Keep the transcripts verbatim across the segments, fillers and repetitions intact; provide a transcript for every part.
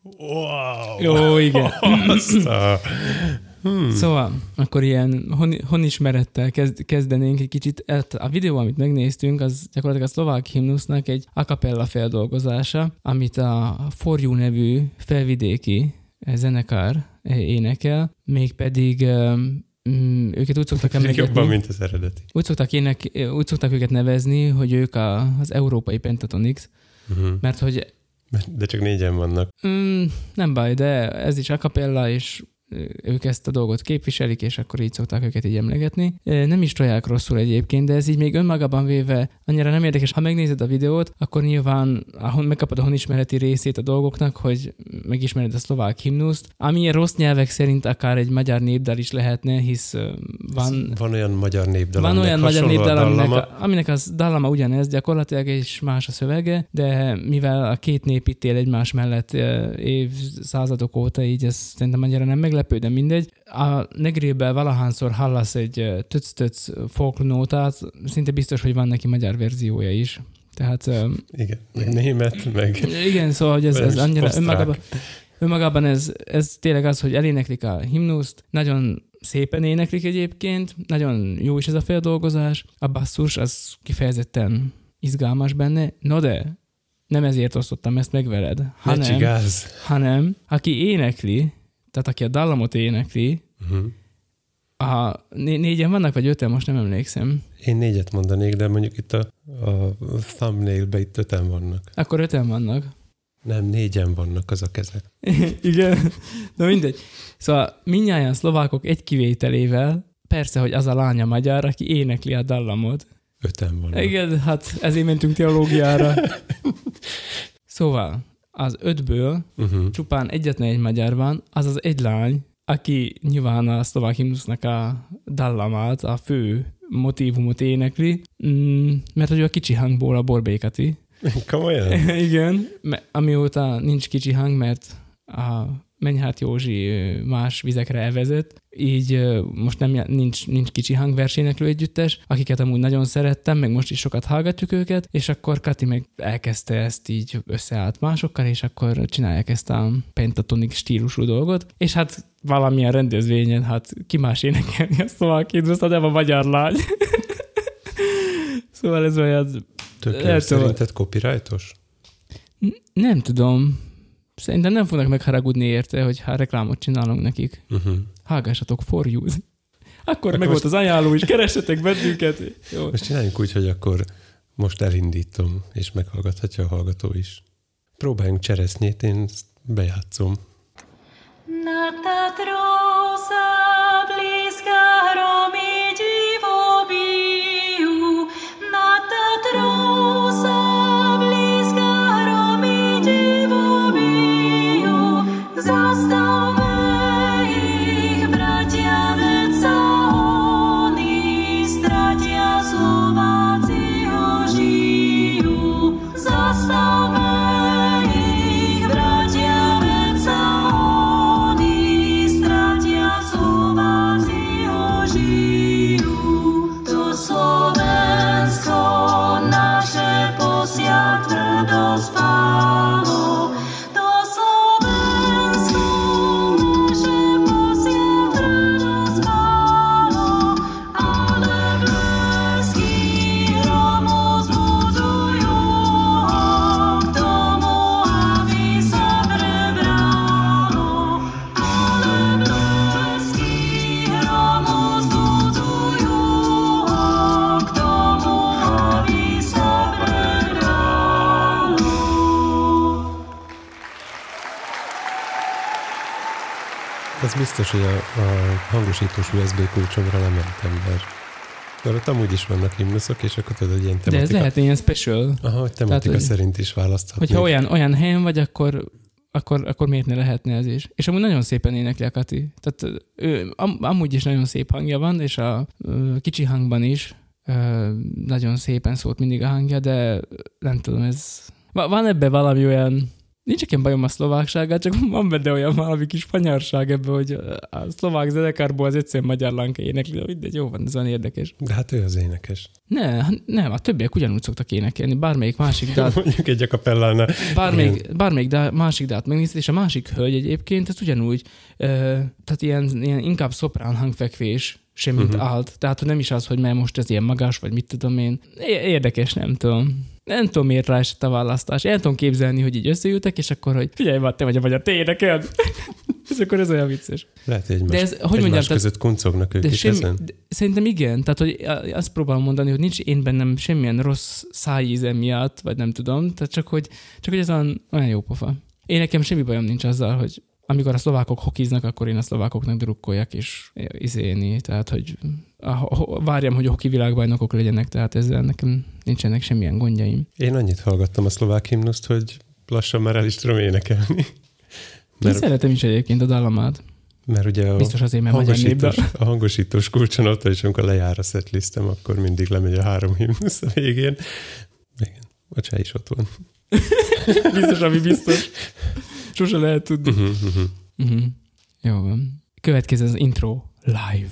Wow! Jó, igen. A... Hmm. Szóval, akkor ilyen hon, honismerettel kezd, kezdenénk egy kicsit. A videó, amit megnéztünk, az gyakorlatilag a szlovák himnusznak egy a cappella feldolgozása, amit a For You nevű felvidéki zenekar énekel, mégpedig um, őket úgy szoktak emlegetni. Jobban, mint az eredeti. Úgy szoktak, ének, úgy szoktak őket nevezni, hogy ők a, az európai Pentatonix, uh-huh. mert hogy... De csak négyen vannak. Mm, nem baj, de ez is a cappella, és ők ezt a dolgot képviselik, és akkor így szokták őket így emlegetni. Nem is tolják rosszul egyébként, de ez így még önmagában véve annyira nem érdekes. Ha megnézed a videót, akkor nyilván megkapod a honismereti részét a dolgoknak, hogy megismered a szlovák himnuszt, ami rossz nyelvek szerint akár egy magyar népdal is lehetne, hisz van... Van olyan magyar népdal, van olyan magyar népdal, aminek, a, aminek az dallama ugyanez gyakorlatilag, és más a szövege, de mivel a két nép itt él egymás mellett évszázadok óta, így ez szerintem annyira nem meglepő, de mindegy. A Negrében valahányszor hallasz egy töc-töc folknótát, szinte biztos, hogy van neki magyar verziója is. Tehát... Igen, meg német, meg... Igen, szóval, hogy ez, ez annyira önmagában, önmagában ez, ez tényleg az, hogy eléneklik a himnuszt, nagyon szépen éneklik egyébként, nagyon jó is ez a feldolgozás, a basszus az kifejezetten izgalmas benne, no de nem ezért osztottam ezt meg veled, hanem, hanem aki énekli, tehát aki a dallamot énekli, uh-huh. a né- négyen vannak, vagy öten, most nem emlékszem. Én négyet mondanék, de mondjuk itt a, a thumbnailben itt öten vannak. Akkor öten vannak. Nem, négyen vannak az a kezek. Igen, na mindegy. Szóval mindnyájan szlovákok egy kivételével, persze, hogy az a lánya magyar, aki énekli a dallamot. Öten vannak. Igen, hát ezért mentünk teológiára. Szóval... az ötből uh-huh. csupán egyetlen egy magyar van, az az egy lány, aki nyilván a szlovák himnusznak a dallamát, a fő motívumot énekli, mm, mert hogy a kicsi hangból a Borbékati. Komolyan? Igen, amióta nincs kicsi hang, mert a Menyhárt Józsi más vizekre elvezett, így most nem, nincs, nincs kicsi hangverséneklő együttes, akiket amúgy nagyon szerettem, meg most is sokat hallgatjuk őket, és akkor Kati meg elkezdte ezt így összeállt másokkal, és akkor csinálják ezt a pentatonik stílusú dolgot, és hát valamilyen rendezvényen, hát ki más énekelni a szlovák himnuszt, de a magyar lány. Szóval ez olyan... Tök jó, szerinted copyrightos? Nem tudom. Szerintem nem fognak megharagudni érte, hogy ha reklámot csinálunk nekik. Uh-huh. Hallgassatok For You. Akkor, akkor meg most... volt az ajánló is, keressetek bennünket. Jó. Most csináljunk úgy, hogy akkor most elindítom, és meghallgathatja a hallgató is. Próbáljunk cseresznyét, én ezt bejátszom. Az biztos, hogy a, a hangosítós u es bé kulcsomra lementem, mert, mert ott amúgy is vannak himnuszok, és akkor tudod, hogy ilyen tematika... De ez lehet ilyen special. Aha, hogy tematika Tehát, szerint is választhatnék. Hogyha olyan, olyan helyen vagy, akkor, akkor, akkor miért ne lehetne ez is? És amúgy nagyon szépen énekli a Kati. Tehát ő, am, amúgy is nagyon szép hangja van, és a ö, kicsi hangban is ö, nagyon szépen szólt mindig a hangja, de nem tudom, ez... Van ebben valami olyan... nincs ilyen bajom a szlováksággal, csak van benne olyan valami kis fanyarság ebben, hogy a szlovák zenekárból az egyszerűen magyar lánka énekli, de mindegy, jó van, ez olyan érdekes. De hát ő az énekes. Ne, nem, a többiek ugyanúgy szoktak énekelni, bármelyik másik dalt. Mondjuk egy a kapellánál. Bármelyik, bármelyik dál, másik dalt megnézted, és a másik hölgy egyébként, ez ugyanúgy, ö, tehát ilyen, ilyen inkább szoprán hangfekvés, semmint uh-huh. alt. Tehát hogy nem is az, hogy mert most ez ilyen magas, vagy mit tudom én. Érdekes, nem tudom. Nem tudom, miért rá esett a választás. El tudom képzelni, hogy így összeültek, és akkor, hogy figyelj már, te vagy a magyar, te énekeld. És akkor ez olyan vicces. Lehet, hogy egymás, de ez, hogy egymás mondjam, között kuncognak ők is semmi, ezen. Szerintem igen. Tehát, hogy azt próbálom mondani, hogy nincs én bennem semmilyen rossz szájíze miatt, vagy nem tudom. Tehát csak, hogy, csak, hogy ez olyan, olyan jó pofa. Én nekem semmi bajom nincs azzal, hogy amikor a szlovákok hokiznak, akkor én a szlovákoknak drukkoljak és izélni. Tehát, hogy várjam, hogy a hoki világbajnokok legyenek, tehát ezzel nekem nincsenek semmilyen gondjaim. Én annyit hallgattam a szlovák himnuszt, hogy lassan már el is tudom énekelni. Mert, én szeretem is egyébként a dallamát. Mert ugye a, biztos azért, mert magyar népdal. A hangosítós kulcson ott, és amikor lejár a setlistem, akkor mindig lemegy a három himnusz a végén. Igen, a csaj is ott van. Biztos, ami biztos. Sose lehet tudni. Uh-huh, uh-huh. Uh-huh. Jó van. Következő az intro live.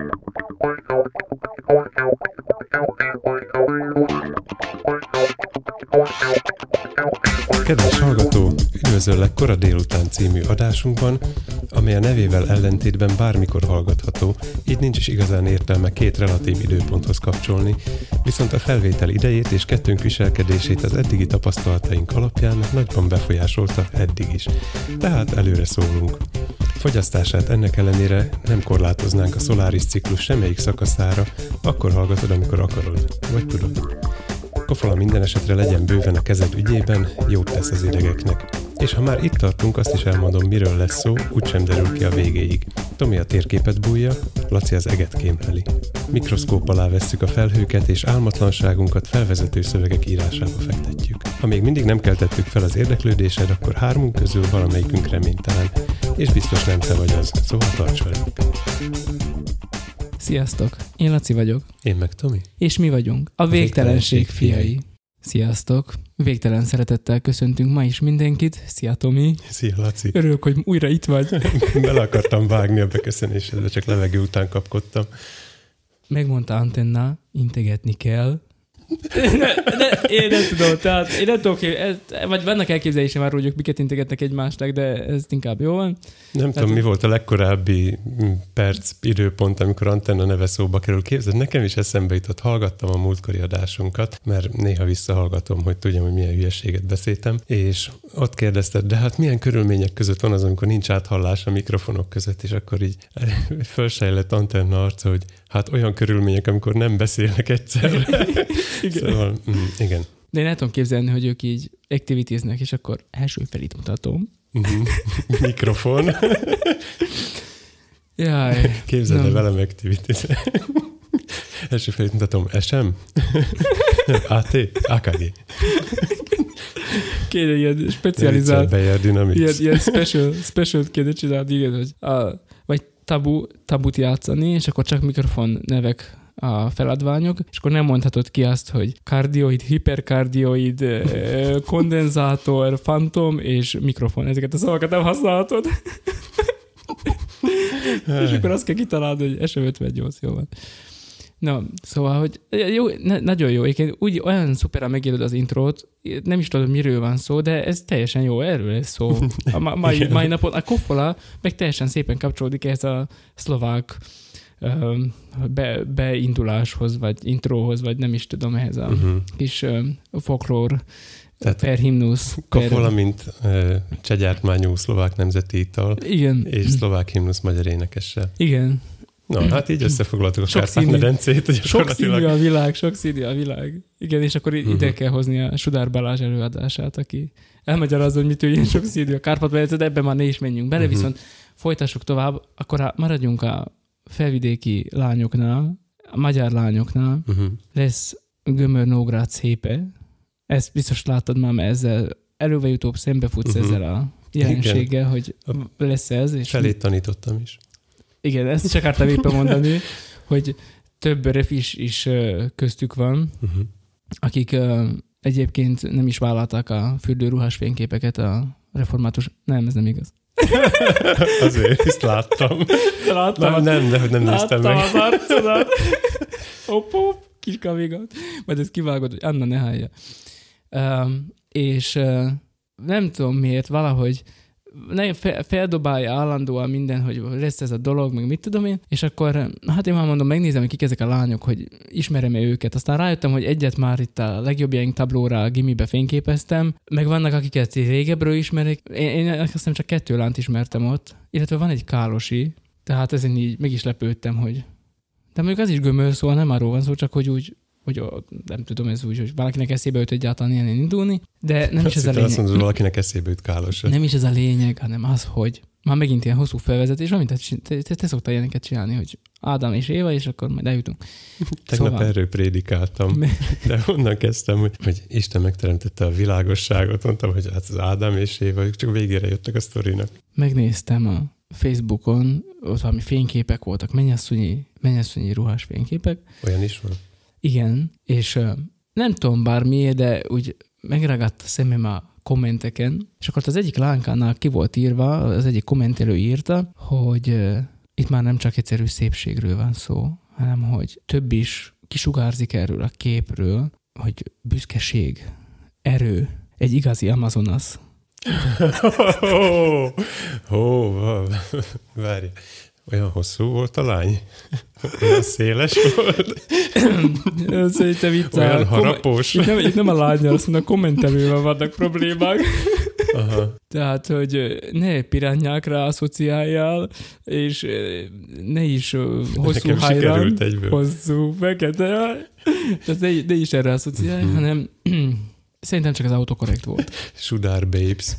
Kedves hallgató, üdvözöllek Kora délután című adásunkban, amely a nevével ellentétben bármikor hallgatható, így nincs is igazán értelme két relatív időponthoz kapcsolni, viszont a felvétel idejét és kettőnk viselkedését az eddigi tapasztalataink alapján nagyban befolyásolta eddig is. Tehát előre szólunk. Fogyasztását ennek ellenére nem korlátoznánk a Solaris ciklus semmelyik szakaszára, akkor hallgatod, amikor akarod, vagy tudod. Kofola minden esetre legyen bőven a kezed ügyében, jót tesz az idegeknek. És ha már itt tartunk, azt is elmondom, miről lesz szó, úgysem derül ki a végéig. Tomi a térképet bújja, Laci az eget kémleli. Mikroszkóp alá vesszük a felhőket, és álmatlanságunkat felvezető szövegek írásába fektetjük. Ha még mindig nem keltettük fel az érdeklődésed, akkor hármunk közül valamelyikünk reménytelen, és biztos nem te vagy az, szóval tarts velünk. Sziasztok, én Laci vagyok. Én meg Tomi. És mi vagyunk a Végtelenség fiai. Sziasztok, végtelen szeretettel köszöntünk ma is mindenkit. Szia Tomi. Szia Laci. Örülök, hogy újra itt vagy. Bele akartam vágni a beköszönésedbe, csak levegő után kapkodtam. Megmondta Antenna, integetni kell. ne, ne, én nem tudom, tehát én nem tudok, vagy vannak elképzelése már, hogy ők miket integetnek egymásnak, de ez inkább jó van. Nem tehát, tudom, mi volt a legkorábbi perc, időpont, amikor Antenna neve szóba kerül. Képzeld, nekem is eszembe jutott, hallgattam a múltkori adásunkat, mert néha visszahallgatom, hogy tudjam, hogy milyen hülyeséget beszéltem, és ott kérdezted, de hát milyen körülmények között van az, amikor nincs áthallás a mikrofonok között, és akkor így fölsejlett Antenna arca, hogy hát olyan körülmények, amikor nem beszélnek egyszerre. Igen. Szóval, mm, igen. De én el tudom képzelni, hogy ők így activitiesnek, és akkor első felét mutatom. Mm-hmm. Mikrofon. Jaj. Képzeld el velem activities. Első felét mutatom. es em? á té? á ká gé. Kéne ilyen specializált. Bayer Dynamics. Ilyen, ilyen special, special kéne csinálni, igen, hogy a, vagy tabu, tabut játszani, és akkor csak mikrofon nevek a feladványok, és akkor nem mondhatod ki azt, hogy kardioid, hiperkardioid, kondenzátor, fantom és mikrofon. Ezeket a szavakat nem használhatod. És akkor azt kell kitalálni, hogy es em ötvennyolc, jó van. Na, szóval, hogy jó, ne, nagyon jó. Én úgy olyan szuperra megéled az intrót, nem is tudom, miről van szó, de ez teljesen jó, erről lesz szó. A ma, mai, mai napon a Kofola meg teljesen szépen kapcsolódik ehhez a szlovák Be, beinduláshoz, vagy intróhoz, vagy nem is tudom, ehhez a uh-huh. kis uh, folklór per himnusz. Kofola, per... mint uh, csehgyártmányú szlovák nemzeti ital, igen. És szlovák himnusz magyar énekessel. Igen. Na, hát így összefoglaltuk a Kárpát-medencét. Sokszínű a világ, sokszínű a világ. Igen, és akkor uh-huh. ide kell hozni a Sudár Balázs előadását, aki elmagyarázza, hogy mitől ilyen sokszínű a Kárpát-medence, de ebben már ne is menjünk bele, uh-huh. viszont folytassuk tovább, akkor maradjunk a felvidéki lányoknál, a magyar lányoknál uh-huh. lesz Gömör Nógrád szépe. Ezt biztos láttad már, mert ezzel előbb-utóbb szembefutsz uh-huh. ezzel a jelenséggel, igen. hogy lesz ez. És felét tanítottam is. Igen, ezt is akartam éppen mondani, hogy több refis is köztük van, uh-huh. akik egyébként nem is vállalták a fürdőruhás fényképeket a református. Nem, ez nem igaz. Azért, ezt láttam. Láttam. Nem, nem, de nem néztem meg. Láttam az arcodat. Hopp, hopp, kis kavigat. Majd ezt kivágod, hogy Anna ne hallja. Um, és uh, nem tudom miért, valahogy feldobálja állandóan minden, hogy lesz ez a dolog, meg mit tudom én, és akkor, hát én már mondom, megnézem, hogy kik ezek a lányok, hogy ismerem-e őket. Aztán rájöttem, hogy egyet már itt a legjobbjaink tablóra a gimibe fényképeztem, meg vannak, akiket régebről ismerek. Én, én azt hiszem csak kettő lányt ismertem ott, illetve van egy kálosi, tehát ezen így meg is lepődtem, hogy de mondjuk az is gömör, szóval nem arról van szó, csak hogy úgy hogy nem tudom, ez úgy, hogy valakinek eszébe jut egyáltalán ilyen indulni, de nem is ez a lényeg. Azt mondod, valakinek eszébe jut Kálos. Nem is ez a lényeg, hanem az, hogy már megint ilyen hosszú felvezetés, amit te, te, te, te szoktál ilyeneket csinálni, hogy Ádám és Éva, és akkor majd eljutunk. Tegnap szóval... erről prédikáltam, de onnan kezdtem, hogy, hogy Isten megteremtette a világosságot, mondtam, hogy hát az Ádám és Éva, ők csak végére jöttek a sztorinak. Megnéztem a Facebookon, ott valami fényképek voltak, mennyasszonyi, mennyasszonyi ruhás fényképek. Olyan is van? Igen, és uh, nem tudom bár miért, de úgy megragadt a szemem a kommenteken, és akkor az egyik lánkánál ki volt írva, az egyik kommentelő írta, hogy uh, itt már nem csak egyszerű szépségről van szó, hanem hogy több is kisugárzik erről a képről, hogy büszkeség, erő, egy igazi Amazonas. Ó, oh, várj. Olyan hosszú volt a lány? Olyan széles volt? Szerintem itt olyan a harapós. Kom- itt, nem, itt nem a lányjal, azt mondom, a kommentelővel vannak problémák. Aha. Tehát, hogy ne pirányákra asszociáljál, és ne is hosszú hajrán, hosszú fekete, tehát ne, ne is erre asszociálj, uh-huh. hanem szerintem csak az autokorrekt volt. Sudár babes.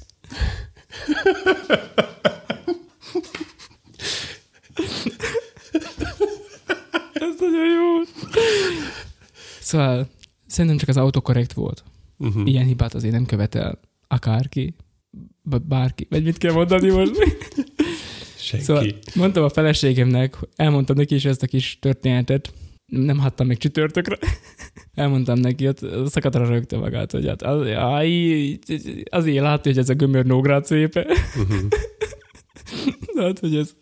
Ez nagyon jó. Szóval szerintem csak az autokorrekt volt. Uh-huh. Ilyen hibát azért nem követel akárki, bárki. Vagy mit kell mondani most? Senki. Szóval mondtam a feleségemnek, elmondtam neki is ezt a kis történetet, nem hattam meg csütörtökre. Elmondtam neki, ott szakadra rögte magát, hogy hát az, aj, azért látja, hogy ez a gömör Nógrád szépe. Uh-huh. Hát, hogy ez...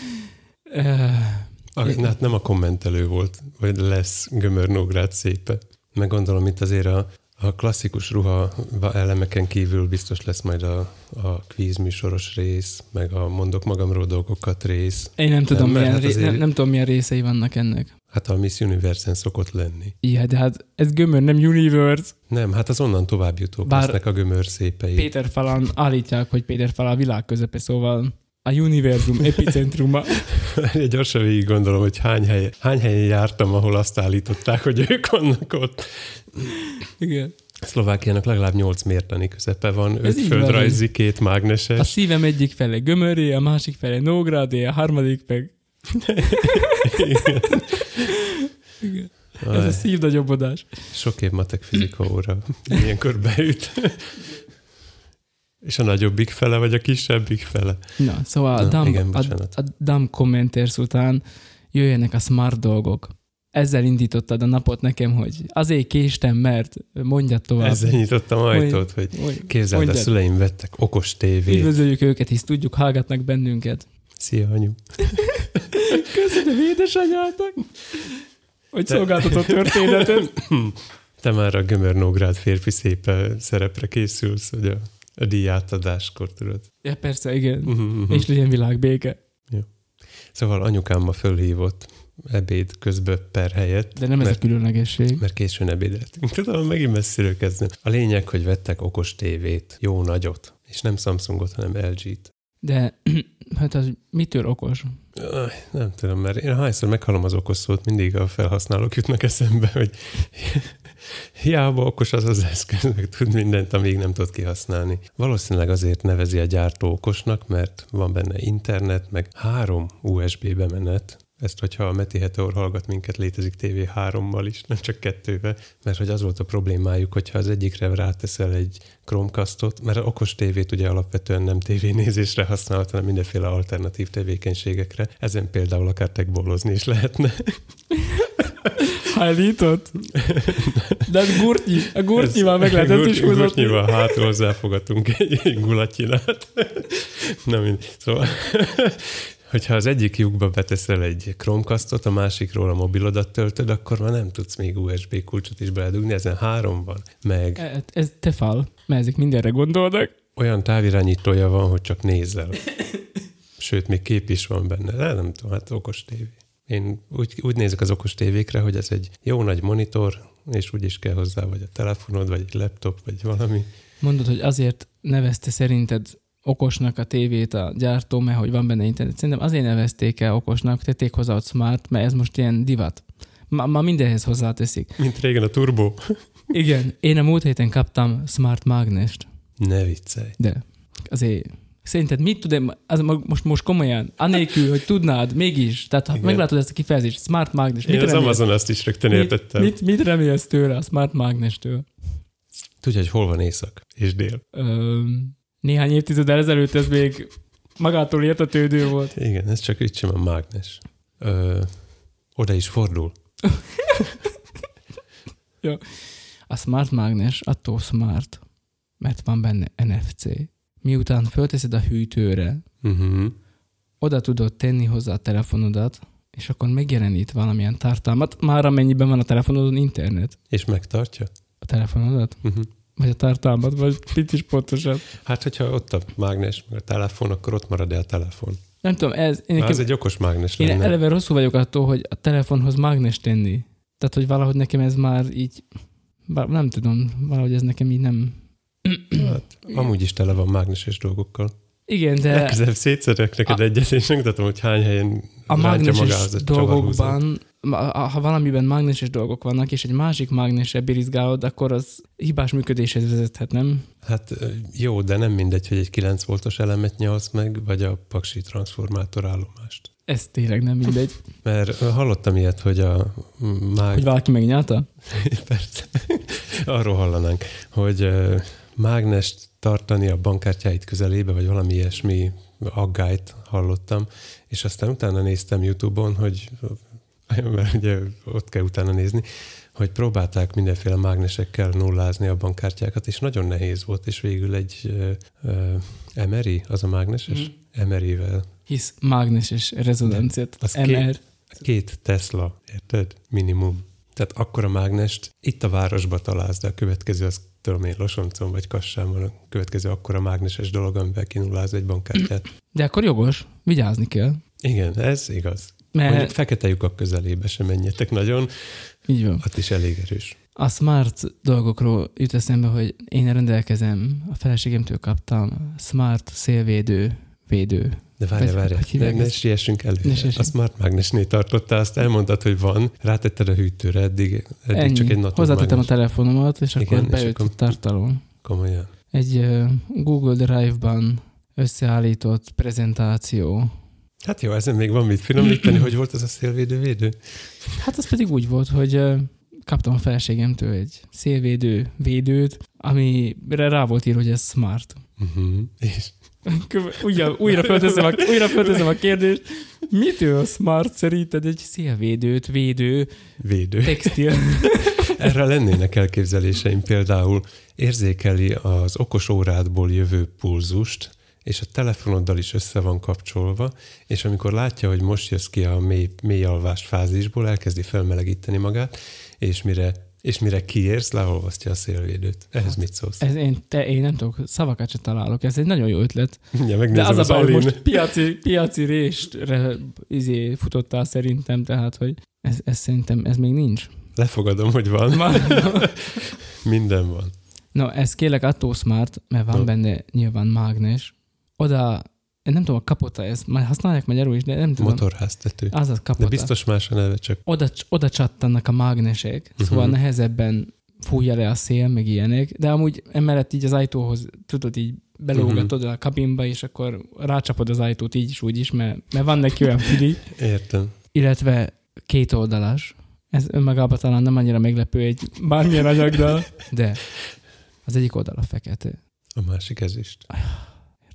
Uh, hát nem a kommentelő volt, vagy lesz gömör Nógrád szépe. Meg gondolom, itt azért a, a klasszikus ruha elemeken kívül biztos lesz majd a, a kvíz műsoros rész, meg a mondok magamról dolgokat rész. Én nem tudom, nem, milyen, hát azért... nem, nem tudom, milyen részei vannak ennek. Hát a Miss Universe-en szokott lenni. Igen, de hát ez gömör, nem Universe. Nem, hát az onnan tovább jutók Bár lesznek a gömör szépei. Péter Falán állítják, hogy Péter Fal a világ közepe, szóval a univerzum epicentruma. Gyorsan végig gondolom, hogy hány, hely, hány helyen jártam, ahol azt állították, hogy ők vannak ott. Igen. Szlovákiának legalább nyolc mértani közepe van, öt földrajzi, két mágneses. A szívem egyik fele gömöré, a másik fele Nógrádé, a harmadik meg... Igen. Igen. Ez a szívnagyobbodás. Sok év matek fizika óra. Ilyenkor beüt. És a nagyobbik fele, vagy a kisebbik fele? Na, szóval Na, a, dumb, igen, a, a dumb commenters után jöjjenek a smart dolgok. Ezzel indítottad a napot nekem, hogy azért késtem, mert mondjad tovább. Ezzel nyitottam ajtót, hogy képzeld, a szüleim vettek okos tévét. Üdvözöljük őket, hisz tudjuk, hallgatnak bennünket. Szia, anyu. Köszönöm édesanyátok, hogy Te... szolgáltatott történetet. Te már a gömör Nógrád férfi szépe szerepre készülsz, hogy a, a díjátadáskor tudod. Ja, persze, igen. Uh-huh, uh-huh. És legyen világbéke. Jó. Szóval anyukám ma fölhívott ebéd közben per helyett. De nem ez mert, a különlegesség. Mert későn ebédeltünk. Tudom, megint messziről kezdem. A lényeg, hogy vettek okos tévét, jó nagyot, és nem Samsungot, hanem el gét. De hát az mitől okos? Nem tudom, mert én hányszor meghallom az okos szót, mindig a felhasználók jutnak eszembe, hogy hiába okos az az eszköz, meg tud mindent, amíg nem tud kihasználni. Valószínűleg azért nevezi a gyártó okosnak, mert van benne internet, meg három u es bé bemenet. Ezt, hogyha a Meti Heteor hallgat minket, létezik tévé hárommal is, nem csak kettővel, mert hogy az volt a problémájuk, hogyha az egyikre ráteszel egy Chromecastot, mert az okos tévét ugye alapvetően nem tévénézésre használhat, hanem mindenféle alternatív tevékenységekre. Ezen például akár tekbolozni is lehetne. Beállított? De a gurtnyi, a gurtnyival meg lehet ezt is húzatni. Gurtnyival hátul hozzáfogatunk egy, egy gulatyinát. Na mind. Szóval, hogyha az egyik lyukba beteszel egy Chromecastot, a másikról a mobilodat töltöd, akkor már nem tudsz még u es bé kulcsot is beledugni, ezen három van. Meg Ez, ez te fal, mert ezek mindenre gondolnak. olyan távirányítója van, hogy csak nézel. Sőt, még kép is van benne. De nem tudom, hát okos tévé. Én úgy, úgy nézek az okos tévékre, hogy ez egy jó nagy monitor, és úgy is kell hozzá, vagy a telefonod, vagy egy laptop, vagy valami. Mondod, hogy azért nevezte szerinted okosnak a tévét a gyártó, mert hogy van benne internet. Szerintem azért nevezték el okosnak, tették hozzá a smart, mert ez most ilyen divat. Ma, ma mindenhez hozzáteszik. Mint régen a turbo. Igen. Én a múlt héten kaptam smart mágnest. Ne viccelj. De azért szerinted mit tud, az most, most komolyan, anélkül, hogy tudnád, mégis, tehát ha meglátod ezt a kifejezést, smart mágnes. Én az Amazon azt is rögtön értettem. Mit, mit, mit remélsz tőle a smart mágnestől? Tudja, hogy hol van észak és dél. Ö, néhány évtizeddel ezelőtt ez még magától értetődő volt. Igen, ez csak így sem a mágnes. Ö, oda is fordul. Ja. A smart mágnes attól smart, mert van benne en ef cé. Miután fölteszed a hűtőre, uh-huh. oda tudod tenni hozzá a telefonodat, és akkor megjelenít valamilyen tartalmat, már amennyiben van a telefonodon internet. És megtartja? A telefonodat? Uh-huh. Vagy a tartalmat, vagy mit is pontosan? Hát, hogyha ott a mágnes, meg a telefon, akkor ott marad el a telefon. Nem tudom, ez... Én nekem, ez egy okos mágnes én lenne. Én eleve rosszul vagyok attól, hogy a telefonhoz mágnes tenni. Tehát, hogy valahogy nekem ez már így... Nem tudom, valahogy ez nekem így nem... Hát, amúgy is tele van mágneses dolgokkal. Igen, de... Legközelebb szétszedek neked a... egyet, és megmutatom, hogy hány helyen a mágneses dolgokban, ha valamiben mágneses dolgok vannak, és egy másik mágnesre birizgálod, akkor az hibás működéshez vezethet, nem? Hát jó, de nem mindegy, hogy egy kilenc voltos elemet nyalsz meg, vagy a paksi transformátor állomást. Ez tényleg nem mindegy. Mert hallottam ilyet, hogy a... Mág... Hogy valaki megnyalta? Persze. Arról hallanánk, hogy mágnest tartani a bankkártyáit közelébe, vagy valami ilyesmi aggályt hallottam, és aztán utána néztem YouTube-on, hogy mert ugye ott kell utána nézni, hogy próbálták mindenféle mágnesekkel nullázni a bankkártyákat, és nagyon nehéz volt, és végül egy uh, uh, Emery, az a mágneses? Mm. Emeryvel. Hisz mágneses rezonanciát. Az két, két Tesla, érted? Minimum. Tehát akkora mágnest itt a városba találsz, de a következő az tudom én, Losoncon vagy Kassán van a következő akkora mágneses dolog, amivel kinulláz egy bankkártyát. De akkor jogos, vigyázni kell. Igen, ez igaz. Mert... Mondjuk fekete lyukak közelébe sem menjetek nagyon. Így van. Ott is elég erős. A smart dolgokról jut eszembe, hogy én rendelkezem, a feleségemtől kaptam smart szélvédő védő. De várjál, várjál, ne, ne siessünk előre. A smart mágnesnél tartottál, azt elmondtad, hogy van, rátetted a hűtőre, eddig, eddig csak egy natos hozzátettem a telefonomat, és igen, akkor bejött a tartalom. Komolyan. Egy uh, Google Drive-ban összeállított prezentáció. Hát jó, ezen még van mit finomítani, hogy volt az a szélvédő védő? Hát az pedig úgy volt, hogy uh, kaptam a feleségemtől egy szélvédő védőt, amire rá volt írva, hogy ez smart. Uh-huh. És? Ugyan, újra fölteszem a, újra fölteszem a kérdést. Mitől smart szerinted egy szélvédőt, védő, védő. textil? Erre lennének elképzeléseim, például érzékeli az okos órádból jövő pulzust, és a telefonoddal is össze van kapcsolva, és amikor látja, hogy most jössz ki a mély, mély alvás fázisból, elkezdi felmelegíteni magát, és mire, és mire kiérsz, leolvasztja a szélvédőt. Ehhez hát, mit szólsz? Ez én, te, én nem tudok, szavakat sem találok, ez egy nagyon jó ötlet. Ja, de az, az a baj, hogy most piaci, piaci réstre izé futottál szerintem, tehát, hogy ez, ez szerintem, ez még nincs. Lefogadom, hogy van. van. Minden van. No, ez kérlek attól smart, mert van no. benne nyilván mágnes. Oda, én nem tudom, a kapota, ezt már használják magyarul is, de nem tudom. Motorháztető. Az az kapota. De biztos más a neve, csak. Oda, oda csattannak a mágnesek, uh-huh. szóval nehezebben fújja le a szél, meg ilyenek, de amúgy emellett így az ajtóhoz, tudod, így belógatod uh-huh. a kabinba, és akkor rácsapod az ajtót így is, úgy is, mert, mert van neki olyan fili. Értem. Illetve két oldalas. Ez önmagában talán nem annyira meglepő egy bármilyen anyagdal, de az egyik oldala fekete. A másik ezüst. Érted?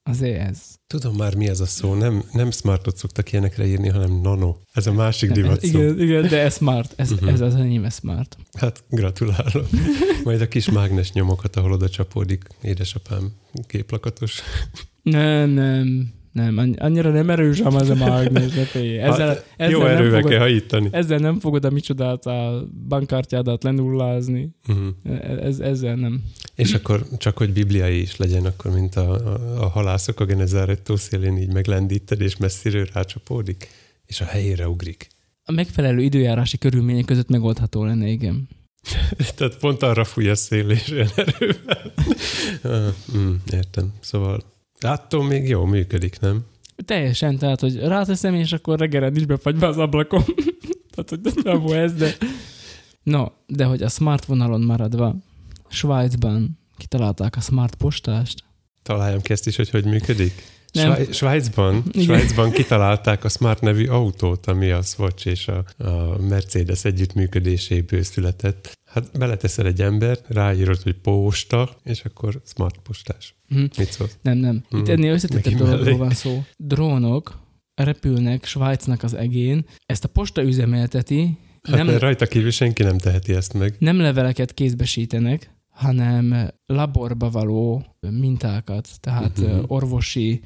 Azért ez. Tudom már, mi ez a szó. Nem, nem smartot szoktak ilyenekre írni, hanem nano. Ez a másik divat szó. Igen, igen, de ez smart. Ez, uh-huh. ez az enyém, ez smart. Hát gratulálok. Majd a kis mágnes nyomokat, ahol oda csapódik édesapám képlakatos. Nem, nem. Nem, annyira nem erős ám az a mágnes. Ezzel, hát, ezzel jó erővel kell hajítani. Ezzel nem fogod a micsodát, a bankkártyádat lenullázni. Uh-huh. Ez, ezzel nem. És akkor csak, hogy bibliai is legyen, akkor mint a, a, a halászok a Genezárettó szélén így meglendíted, és messziről rácsapódik, és a helyére ugrik. A megfelelő időjárási körülmények között megoldható lenne, igen. Tehát pont arra fúj a szél, és olyan erővel. ah, mm, értem. Szóval attól még jó működik, nem? Teljesen, tehát, hogy ráteszem, és akkor reggelre is befagy be az ablakon. Tehát, hogy nem volt ez, de... No, de hogy a smart vonalon maradva, Svájcban kitalálták a smart postást. Találjam ki ezt is, hogy hogy működik? Sváj- Svájcban, Svájcban kitalálták a Smart nevű autót, ami a Swatch és a, a Mercedes együttműködéséből született. Hát beleteszel egy embert, ráírod, hogy posta, és akkor smart postás. Mm. Mit szólsz? Nem, nem. Itt mm. ennél összetettebb dologról van szó. Drónok repülnek Svájcnak az egén, ezt a posta üzemelteti. Hát nem, rajta kívül senki nem teheti ezt meg. Nem leveleket kézbesítenek, hanem laborba való mintákat, tehát uh-huh. orvosi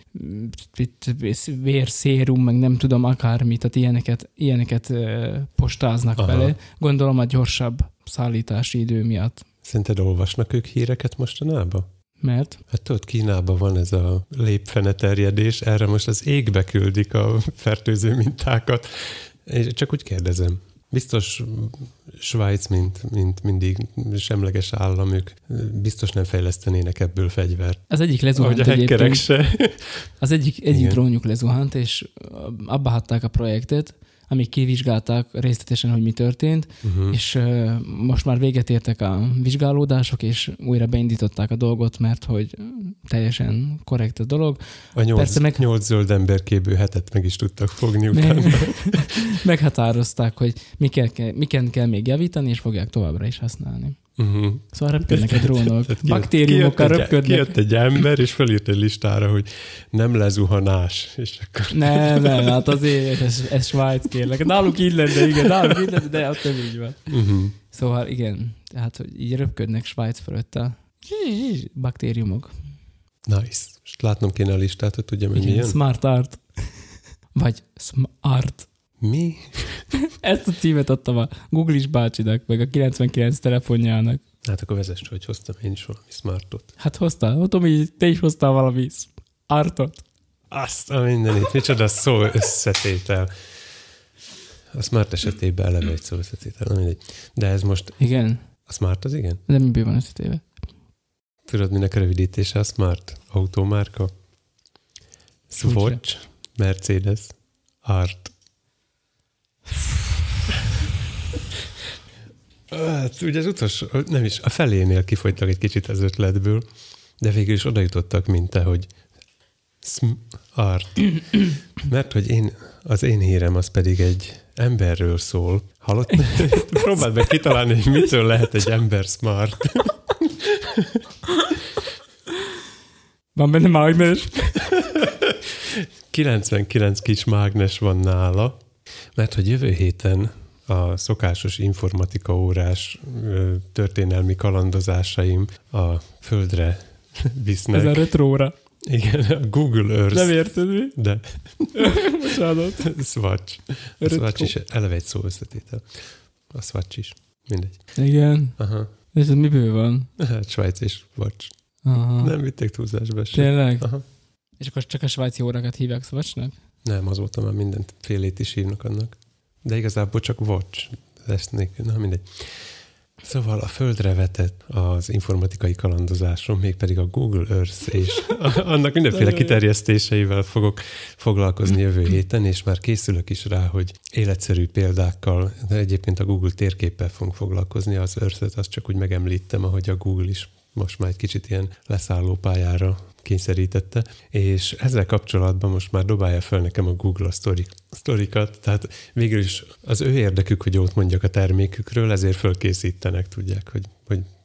vérszérum, meg nem tudom akármit, tehát ilyeneket, ilyeneket postáznak Aha. bele. Gondolom a gyorsabb szállítási idő miatt. Szerinted olvasnak ők híreket mostanában? Mert? Hát tudod, Kínában van ez a lépfene terjedés, erre most az égbe küldik a fertőző mintákat. És csak úgy kérdezem. Biztos Svájc, mint, mint mindig semleges állam, ők biztos nem fejlesztenének ebből fegyvert. Az egyik lezuhant egyébként. Se. Az egyik, egyik drónjuk lezuhant, és abba hagyták a projektet, amíg kivizsgálták részletesen, hogy mi történt, uh-huh. és uh, most már véget értek a vizsgálódások, és újra beindították a dolgot, mert hogy teljesen korrekt a dolog. A nyolc, Persze meg... nyolc zöld emberkéből hetet meg is tudtak fogni utána. Meghatározták, hogy miken kell, miken kell még javítani, és fogják továbbra is használni. Uh-huh. Szóval röpködnek a drónok. Baktériumokkal röpködnek. Kijött egy ember, és felírt egy listára, hogy nem lezuhanás. És akkor... Nem, nem, hát azért ez, ez Svájc kérlek. Náluk így lenne, igen, náluk így lenne, de ott nem így van. Uh-huh. Szóval igen, tehát hogy így röpködnek Svájc fölött a baktériumok. Nice. És látnom kéne a listát, hogy tudjam, hogy milyen. Smart art. Vagy smart. Mi? Ezt a címet adtam a Google-is bácsinak, meg a kilencvenkilenc telefonjának. Hát akkor vezess, hogy hoztam én is valami smartot. Hát hoztál, mondom, hogy te is hoztál valami artot. Azt a mindenit, micsoda szó összetétel. A smart esetében eleve egy szó összetétel, nem mindegy. De ez most... Igen. A smart az igen? De miből van összetéve? Tudod, minek a rövidítése a smart? Automárka? Swatch, Mercedes, Art. Hát, ugye az utolsó, nem is, a felénél kifogytak egy kicsit az ötletből, de végül is oda jutottak, mint te, hogy art. Mert hogy én, az én hírem az pedig egy emberről szól. Hallott? Próbáld meg kitalálni, hogy mitől lehet egy ember smart. Van benne mágnes? kilencvenkilenc kis mágnes van nála, mert hogy jövő héten a szokásos informatika órás történelmi kalandozásaim a földre visznek. Ez a retróra. Igen, a Google Earth. Nem érted mi? De. Bocsánat. Swatch. A Swatch is eleve egy szó összetétel. A Swatch is. Mindegy. Igen. Aha. És ez miből van? Hát Svájc és Watch. Aha. Nem vitték túlzásba sem. Tényleg? Aha. És akkor csak a svájci órákat hívják Swatchnak? Nem, azóta már mindent félét is hívnak annak. De igazából csak Watch lesznek. Na mindegy. Szóval a földre vetett az informatikai kalandozáson, mégpedig a Google Earth, és annak mindenféle kiterjesztéseivel fogok foglalkozni jövő héten, és már készülök is rá, hogy életszerű példákkal, de egyébként a Google térképpel fogunk foglalkozni, az Earth-et azt csak úgy megemlítem, ahogy a Google is most már egy kicsit ilyen leszálló pályára kényszerítette, és ezzel kapcsolatban most már dobálja fel nekem a Google a sztori, sztorikat, tehát végül is az ő érdekük, hogy jót mondjak a termékükről, ezért fölkészítenek, tudják, hogy, hogy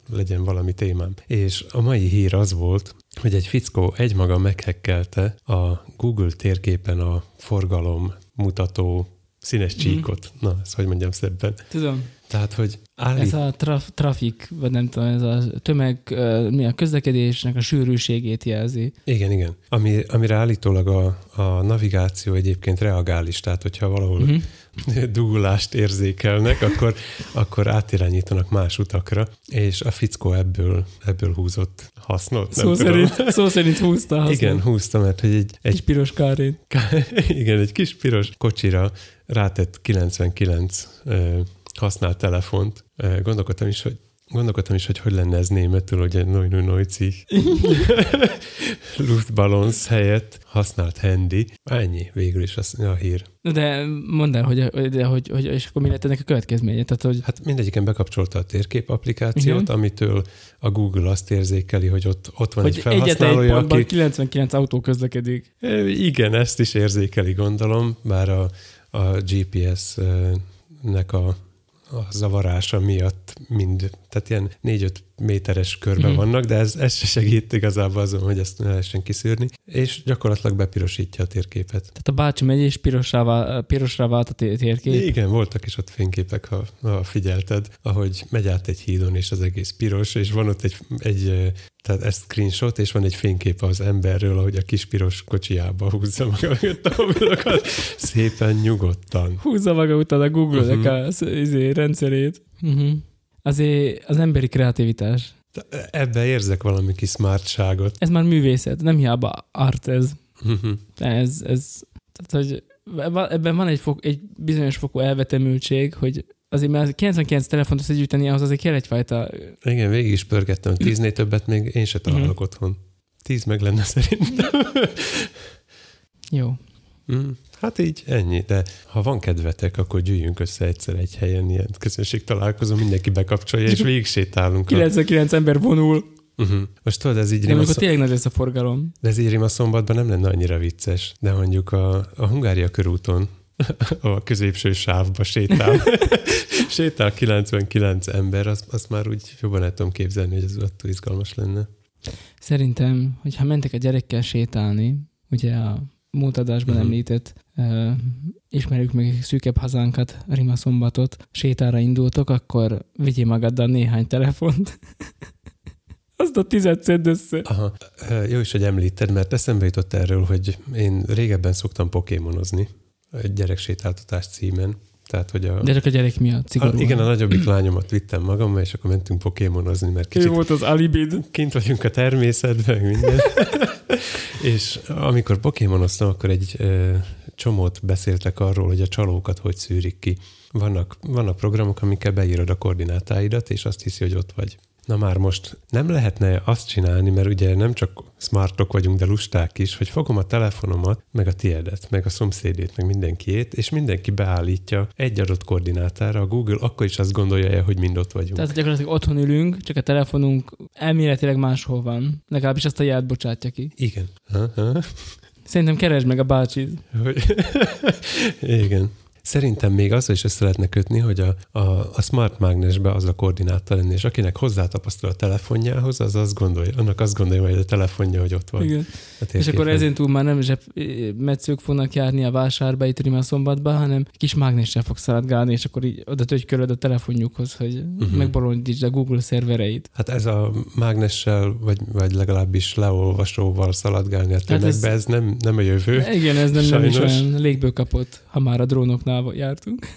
legyen valami témám. És a mai hír az volt, hogy egy fickó egymaga meghekkelte a Google térképen a forgalom mutató színes csíkot. Mm. Na, ezt hogy mondjam szebben. Tudom. Tehát, hogy állít... Ez a traf, trafik, vagy nem tudom, ez a tömeg, mi a közlekedésnek a sűrűségét jelzi. Igen, igen. Ami, amire állítólag a, a navigáció egyébként reagál is, tehát hogyha valahol uh-huh. dugulást érzékelnek, akkor, akkor átirányítanak más utakra, és a fickó ebből, ebből húzott hasznot. Szó, nem szerint, szó szerint húzta hasznot. Igen, húzta, mert hogy egy... egy kis piros kárén. Igen, egy kis piros kocsira rátett kilencvenkilenc ö, használt telefont. Gondolkodtam is, hogy Gondolkodtam is, hogy hogy lenne ez németül, hogy egy noj noj nojci Luftballons helyett használt handy. Ennyi végül is az a hír. De mondd el, hogy, de, hogy, hogy és akkor mi lett ennek a következménye? Tehát, hogy... Hát mindegyiken bekapcsolta a térkép applikációt, uh-huh. amitől a Google azt érzékeli, hogy ott, ott van hogy egy felhasználója, aki... kilencvenkilenc autó közlekedik. Igen, ezt is érzékeli, gondolom, bár a, a gé pé es-nek a a zavarása miatt mind, tehát ilyen négy-öt méteres körben mm. vannak, de ez, ez se segít igazából azon, hogy ezt ne lehessen kiszűrni, és gyakorlatilag bepirosítja a térképet. Tehát a Bácsi megy és pirosra, pirosra vált a térkép? Igen, voltak is ott fényképek, ha, ha figyelted, ahogy megy át egy hídon, és az egész piros, és van ott egy, egy tehát ez screenshot, és van egy fénykép az emberről, ahogy a kis piros kocsiába húzza maga a mobilokat, szépen nyugodtan. Húzza maga után a Google-nek uh-huh. az izé, rendszerét. Uh-huh. Azért az emberi kreativitás. Ebben érzek valami kis smartságot. Ez már művészet, nem hiába art ez. Uh-huh. Ez, ez, tehát, hogy ebben van egy, fok, egy bizonyos fokú elvetemültség, hogy azért már kilencvenkilenc telefont összegyűjteni, ahhoz azért kell egyfajta... Igen, végig is pörgettem. Tíznél többet még én se találok uh-huh. otthon. Tíz meg lenne szerintem. Jó. Mm, hát így ennyi, de ha van kedvetek, akkor gyűjjünk össze egyszer egy helyen, ilyen közönség találkozó, mindenki bekapcsolja, és végig sétálunk. kilencvenkilenc a... ember vonul. Uh-huh. Most tudod, ez így rima... Amikor tényleg nagy lesz a forgalom. De ez így rima szombatban nem lenne annyira vicces, de mondjuk a, a Hungária körúton a középső sávba sétál. sétál kilencvenkilenc ember, azt, azt már úgy jobban el tudom képzelni, hogy ez attól izgalmas lenne. Szerintem, hogyha mentek a gyerekkel sétálni, ugye a múlt adásban uh-huh. említett uh, ismerjük meg szűkebb hazánkat, Rima szombatot, sétára indultok, akkor vigyél magaddal néhány telefont. Azt a tizet szedd össze. Aha. Jó is, hogy említed, mert eszembe jutott erről, hogy én régebben szoktam pokémonozni egy gyereksétáltatás címen. Tehát, hogy a, de csak a gyerek miatt, szigorúan. A, igen, a nagyobbik lányomat vittem magammal, és akkor mentünk pokémonozni, mert kicsit... Ő volt az alibid. Kint vagyunk a természetben, minden. És amikor pokémonoztam, akkor egy ö, csomót beszéltek arról, hogy a csalókat hogy szűrik ki. Vannak, vannak programok, amikkel beírod a koordinátáidat, és azt hiszi, hogy ott vagy. Na már most nem lehetne azt csinálni, mert ugye nem csak smartok vagyunk, de lusták is, hogy fogom a telefonomat, meg a tiédet, meg a szomszédét, meg mindenkiét, és mindenki beállítja egy adott koordinátára, a Google akkor is azt gondolja, hogy mind ott vagyunk. Tehát gyakorlatilag otthon ülünk, csak a telefonunk elméletileg máshol van. Legalábbis azt a ját bocsátja ki. Igen. Ha-ha. Szerintem keresd meg a bácsit. Hogy... Igen. Szerintem még azzal is össze lehetne kötni, hogy a, a, a smart mágnesbe az a koordináta lenni, és akinek hozzátapasztal a telefonjához, az azt gondolja, annak azt gondolja, hogy a telefonja, hogy ott van. Igen. És akkor ezén túl már nem zseb metszők fognak járni a vásárba itt Rima szombatban, hanem kis mágnessel fog szaladgálni, és akkor így oda tögykölöd a telefonjukhoz, hogy uh-huh. megbolondítsd a Google szervereit. Hát ez a mágnessel, vagy, vagy legalábbis leolvasóval szaladgálni a tömegbe, hát ez, ez nem, nem a jövő. Igen, ez nem, nem is olyan légből kapott, ha már a drónoknál jártunk.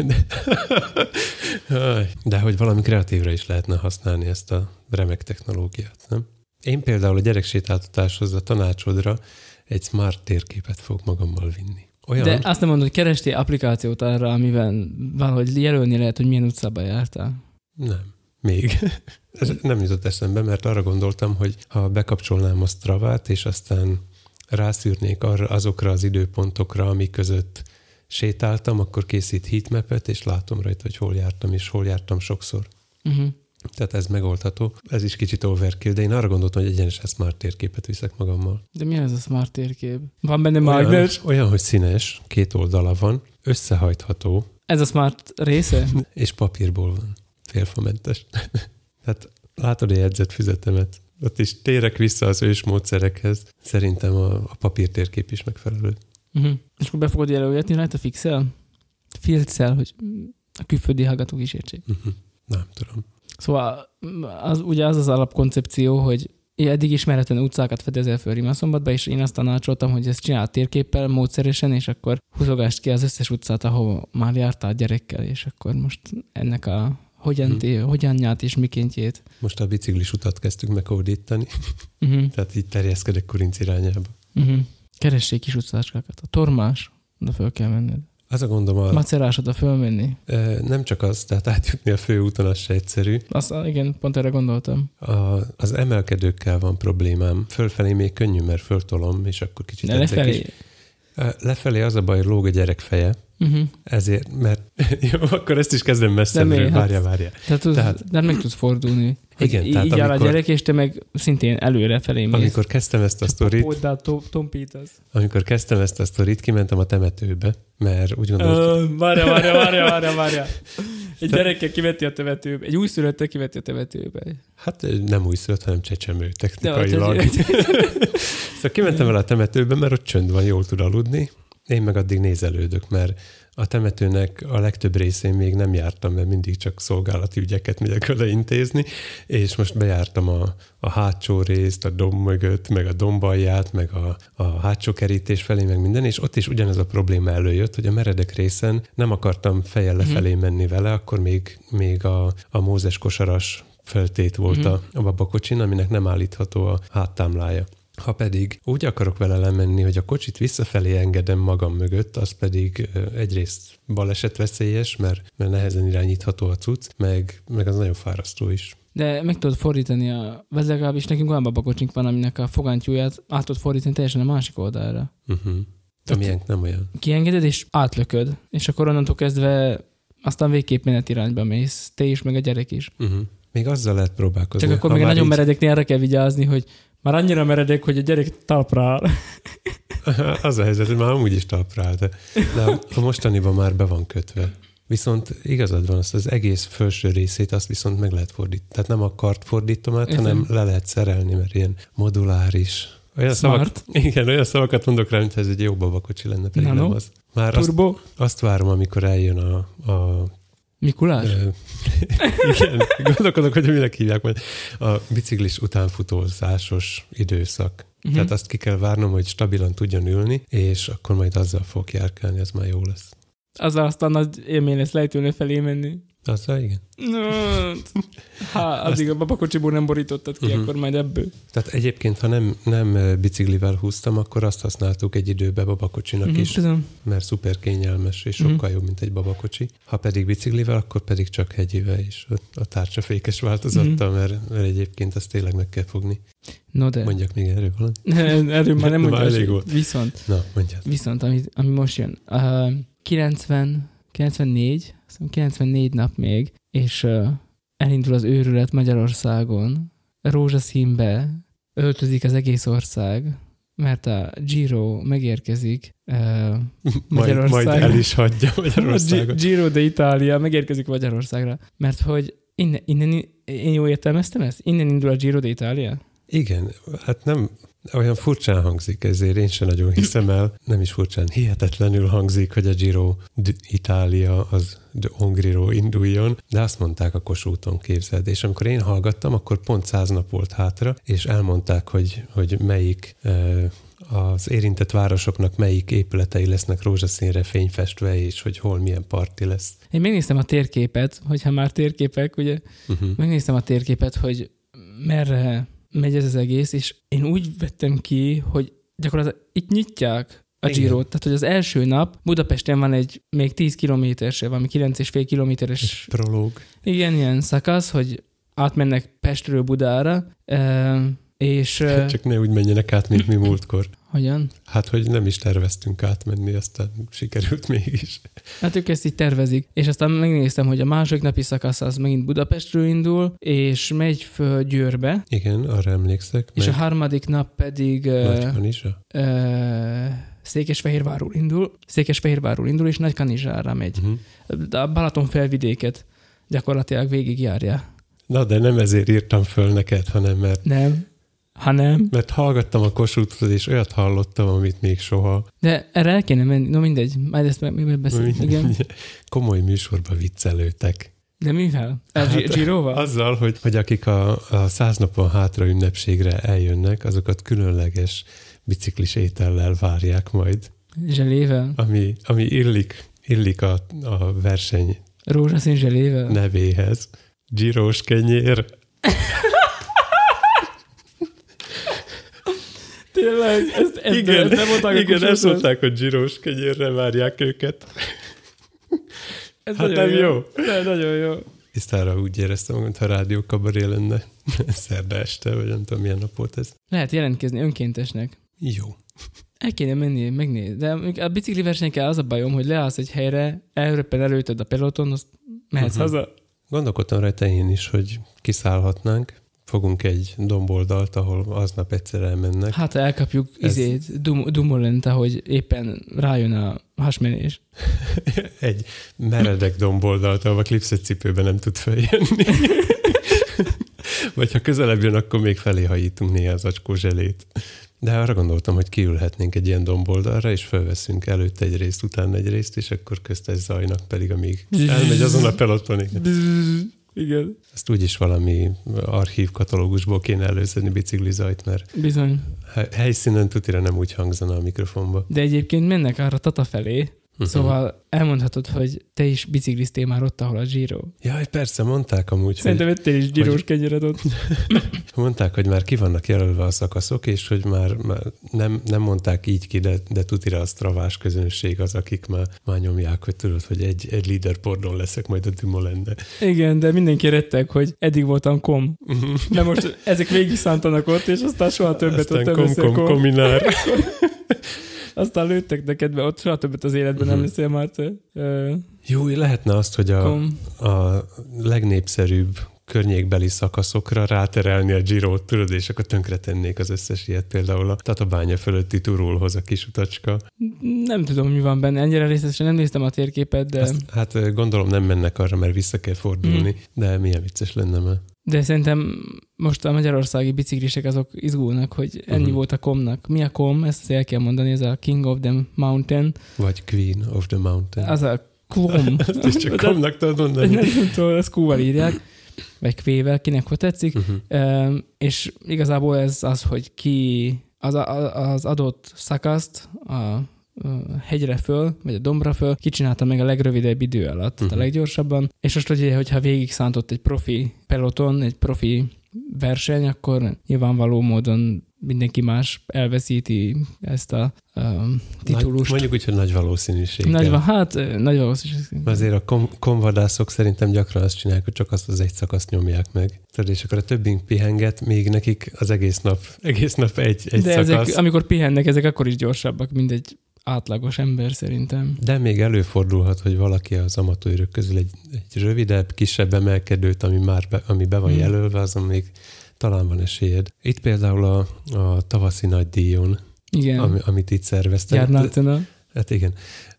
De hogy valami kreatívra is lehetne használni ezt a remek technológiát, nem? Én például a gyereksétáltatáshoz, a tanácsodra egy smart térképet fogok magammal vinni. Olyan... De azt nem mondod, hogy kerestél applikációt arra, amivel valahogy jelölni lehet, hogy milyen utcába jártál? Nem. Még. Ez nem jutott eszembe, mert arra gondoltam, hogy ha bekapcsolnám a Stravát, és aztán rászűrnék arra, azokra az időpontokra, amik között sétáltam, akkor készít heatmapet, és látom rajta, hogy hol jártam, és hol jártam sokszor. Uh-huh. Tehát ez megoldható. Ez is kicsit overkill, de én arra gondoltam, hogy egyenesen smart térképet viszek magammal. De mi ez a smart térkép? Van benne mágnes? Olyan, olyan, hogy színes, két oldala van, összehajtható. Ez a smart része? És papírból van. Félfamentes. Tehát Látod a jegyzetfüzetemet? Ott is térek vissza az ős módszerekhez. Szerintem a, a papírtérkép is megfelelő. Uh-huh. És akkor be fogod jelölgetni rajta fixel? Filccel, hogy a külföldi hallgatók is értsék. Uh-huh. Nem tudom. Szóval az, ugye az az alapkoncepció, hogy eddig ismeretlen utcákat fedezel föl Rimaszombatba, és én azt tanácsoltam, hogy ezt csinál térképpel, módszeresen, és akkor húzogást ki az összes utcát, ahol már jártál gyerekkel, és akkor most ennek a hogyan, hmm. hogyanját és mikéntjét. Most a biciklis utat kezdtük meghódítani, uh-huh. Tehát így terjeszkedek Kurinc irányába. Uh-huh. Keressék kis utcácskákat. A Tormás, oda föl kell menned. Az a gondom a... Macerás oda fölmenni. E, nem csak az, tehát átjutni a főúton az se egyszerű. Azt, igen, pont erre gondoltam. A, az emelkedőkkel van problémám. Fölfelé még könnyű, mert föltolom, és akkor kicsit... De lefelé? Lefelé az a baj, hogy lóg a gyerek feje. Uh-huh. Ezért, mert jó, akkor ezt is kezdem messzebbről. Várja, hát, várja. Tehát, az, tehát de meg tudsz fordulni. Igen, így, tehát így amikor, áll a gyerek, és te meg szintén előre felé mész. Amikor kezdtem ezt a sztorit... Póddal tompítasz. Amikor kezdtem ezt a sztorit, kimentem a temetőbe, mert úgy gondoltam... Uh, várja, várja, várja, várja, várja. Egy gyerekkel kiveti a temetőbe. Egy újszülöttel kiveti a temetőbe. Hát nem újszülött, hanem csecsemő technikailag. Szóval kimentem vele a temetőbe, mert ott csönd van, jól tud aludni. Én meg addig nézelődök, mert a temetőnek a legtöbb részén még nem jártam, mert mindig csak szolgálati ügyeket megyek vele intézni, és most bejártam a, a hátsó részt, a domb mögött, meg a dombalját, meg a, a hátsó kerítés felé, meg minden, és ott is ugyanez a probléma előjött, hogy a meredek részen nem akartam fejjel lefelé menni vele, akkor még, még a, a mózes kosaras feltét volt mm-hmm. a, a babakocsin, aminek nem állítható a háttámlája. Ha pedig úgy akarok vele lemenni, hogy a kocsit visszafelé engedem magam mögött, az pedig egyrészt balesetveszélyes, mert, mert nehezen irányítható a cucc, meg, meg az nagyon fárasztó is. De meg tudod fordítani, a, vagy legalábbis nekünk olyan babakocsink van, aminek a fogántyúját át tudod fordítani teljesen a másik oldalra. Uh-huh. Amilyenk nem olyan. Kiengeded és átlököd, és akkor onnantól kezdve aztán végképp menet irányba mész, te is, meg a gyerek is. Uh-huh. Még azzal lehet próbálkozni. Csak akkor még nagyon így... meredeknél arra kell vigyázni, hogy már annyira meredek, hogy a gyerek talpra áll. Az a helyzet, hogy már amúgy is talpra áll, de, de a mostaniban már be van kötve. Viszont igazad van, azt az egész felső részét azt viszont meg lehet fordítani. Tehát nem a kart fordítom át, Értem. hanem le lehet szerelni, mert ilyen moduláris. Olyan szavak, igen, olyan szavakat mondok rá, mintha ez egy jó babakocsi lenne, pedig Nano. nem az. Már azt, azt várom, amikor eljön a... a Mikulás? Ö, igen, gondolkodok, hogy minek hívják majd. A biciklis utánfutózásos időszak. Uh-huh. Tehát azt ki kell várnom, hogy stabilan tudjon ülni, és akkor majd azzal fog járkálni, az már jó lesz. Azzal aztán nagy élmény lesz lejtőnő felé menni. Azzal, igen. Ha addig a babakocsiból nem borítottad ki, uh-huh. akkor majd ebből. Tehát egyébként, ha nem, nem biciklivel húztam, akkor azt használtuk egy időben babakocsinak uh-huh, is, tudom. Mert szuper kényelmes, és sokkal uh-huh. jobb, mint egy babakocsi. Ha pedig biciklivel, akkor pedig csak hegyivel is, a tárcsafékes változattal, uh-huh. mert, mert egyébként azt tényleg meg kell fogni. No de. Mondjak még erről valamit? Erről már nem mondjak. Viszont, Na, mondjad. Viszont, ami, ami most jön. Uh, kilencven, kilencvennégy, kilencvennégy nap még, és uh, elindul az őrület Magyarországon. Rózsaszínbe öltözik az egész ország, mert a Giro megérkezik uh, Magyarországra. Majd, majd el is hagyja Magyarországon. A Giro d'Italia megérkezik Magyarországra, mert hogy innen, innen, én jól értelmeztem ezt? Innen indul a Giro d'Italia? Igen, hát nem... Olyan furcsán hangzik, ezért én sem nagyon hiszem el. Nem is furcsán, hihetetlenül hangzik, hogy a Giro d'Italia az de Hongriról induljon, de azt mondták a Kossuthon, képzeld. És amikor én hallgattam, akkor pont száz nap volt hátra, és elmondták, hogy, hogy melyik az érintett városoknak melyik épületei lesznek rózsaszínre fényfestve, és hogy hol milyen parti lesz. Én megnéztem a térképet, hogyha már térképek, ugye, uh-huh. megnéztem a térképet, hogy merre megy ez az egész, és én úgy vettem ki, hogy gyakorlatilag itt nyitják a Girot. Tehát, hogy az első nap Budapesten van egy még tíz kilométeres, valami kilenc és fél kilométeres... Egy prológ. Igen, ilyen szakasz, hogy átmennek Pestről Budára, és... Csak ne úgy menjenek át, mint mi múltkor. Hogyan? Hát, hogy nem is terveztünk átmenni, aztán sikerült mégis. Hát ők ezt így tervezik. És aztán megnéztem, hogy a második napi szakasz az megint Budapestről indul, és megy föl Győrbe. Igen, arra emlékszek. És meg... a harmadik nap pedig... Nagykanizsa? Uh, Székesfehérvárról indul. Székesfehérvárról indul, és Nagykanizsára megy. Uh-huh. De a Balaton felvidéket gyakorlatilag végigjárja. Na, de nem ezért írtam föl neked, hanem mert... Nem. Ha nem. Mert hallgattam a Kossuthot, és olyat hallottam, amit még soha. De erre el kéne menni. No mindegy, majd ezt meg, meg beszélünk. Igen. Komoly műsorba viccelőtek. De mivel? A Hát, Giroval? Azzal, hogy, hogy akik a, a száz napon hátra ünnepségre eljönnek, azokat különleges biciklis étellel várják majd. Zselével? Ami, ami illik, illik a, a verseny Rózsaszín zselével? nevéhez. Girós kenyér. Tényleg? Ezt, ezt, Igen, ezt nem mondták, igen ezt mondták, hogy girós kenyérre várják őket. Ez hát nem jó. jó. De nagyon jó. Tisztára úgy éreztem, mintha rádió kabaré lenne szerda este, vagy nem tudom, milyen nap volt ez. Lehet jelentkezni önkéntesnek. Jó. El kéne menni, megnézni. De a bicikli versenyekkel az a bajom, hogy leállsz egy helyre, elröppen előtted a peloton, azt mehetsz uh-huh. haza. Gondolkodtam rajta én is, hogy kiszállhatnánk. Fogunk egy domboldalt, ahol aznap egyszer elmennek. Hát elkapjuk Ez... izét, dum- Dumoulin-t, ahogy éppen rájön a hasmenés. Egy meredek domboldalt, ahol a klipszet cipőben nem tud feljönni. Vagy ha közelebb jön, akkor még felé hajítunk néha az acskó zselét. De arra gondoltam, hogy kiülhetnénk egy ilyen domboldalra, és felveszünk előtte egy részt, utána egy részt, és akkor köztes zajnak pedig, amíg elmegy azon a pelotonig. Igen. Ezt úgyis valami archív katalógusból kéne előszedni biciklizajt, mert bizony. Helyszínen tutira nem úgy hangzana a mikrofonba. De egyébként mennek arra Tata felé, uh-huh. szóval elmondhatod, hogy te is bicikliztél már ott, ahol a Giro. Jaj, persze, mondták amúgy, Szerintem hogy... ettél is Giros kenyered ott. Mondták, hogy már ki vannak jelölve a szakaszok, és hogy már, már nem, nem mondták így ki, de, de tutira a stravás közönség az, akik már, már nyomják, hogy tudod, hogy egy, egy leaderboardon leszek majd a Dumoulin-de. Igen, de mindenki rettek, hogy eddig voltam kom. Uh-huh. De most ezek végig szántanak ott, és aztán soha többet aztán ott nem kom, leszel kom, kom. kominár. Aztán lőttek neked be, ott soha többet az életben uh-huh. nem leszel már te. Uh, Jó, lehetne azt, hogy a, a legnépszerűbb környékbeli szakaszokra ráterelni a Girót, tudod, és akkor tönkretennék az összes ilyet, például a Tatabánya fölötti Turulhoz a kis utacska. Nem tudom, mi van benne, ennyire részletesen nem néztem a térképet, de... Azt, hát gondolom nem mennek arra, mert vissza kell fordulni, mm. de milyen vicces lenne már. De szerintem most a magyarországi biciklisek azok izgulnak, hogy ennyi uh-huh. volt a komnak. Mi a kom? Ezt el kell mondani, ez a King of the Mountain. Vagy Queen of the Mountain. Az a klom. Ezt is csak komnak tudod mondani. Nem tudom, ezt Q-val írják, vagy Q-vel, kinek hogy tetszik. Uh-huh. Um, és igazából ez az, hogy ki az, a, az adott szakaszt a hegyre föl, vagy a dombra föl, kicsinálta meg a legrövidebb idő alatt, uh-huh. a leggyorsabban, és most ugye, hogyha végig szántott egy profi peloton, egy profi verseny, akkor nyilvánvaló módon mindenki más elveszíti ezt a um, titulust. Nagy, mondjuk úgy, hogy nagy valószínűséggel. Nagy, hát nagy valószínűséggel. Azért a kom- komvadászok szerintem gyakran azt csinálják, hogy csak azt az egy szakaszt nyomják meg. Tudod, és akkor a többink pihenget, még nekik az egész nap, egész nap egy, egy De szakasz. ezek, amikor pihennek, ezek akkor is gyorsabbak, mint egy átlagos ember szerintem. De még előfordulhat, hogy valaki az amatőrök közül egy, egy rövidebb, kisebb emelkedőt, ami már be, ami be van hmm. jelölve, azon még talán van esélyed. Itt például a, a tavaszi nagydíjon, ami, amit itt szerveztek. Járnálcena. Hát igen.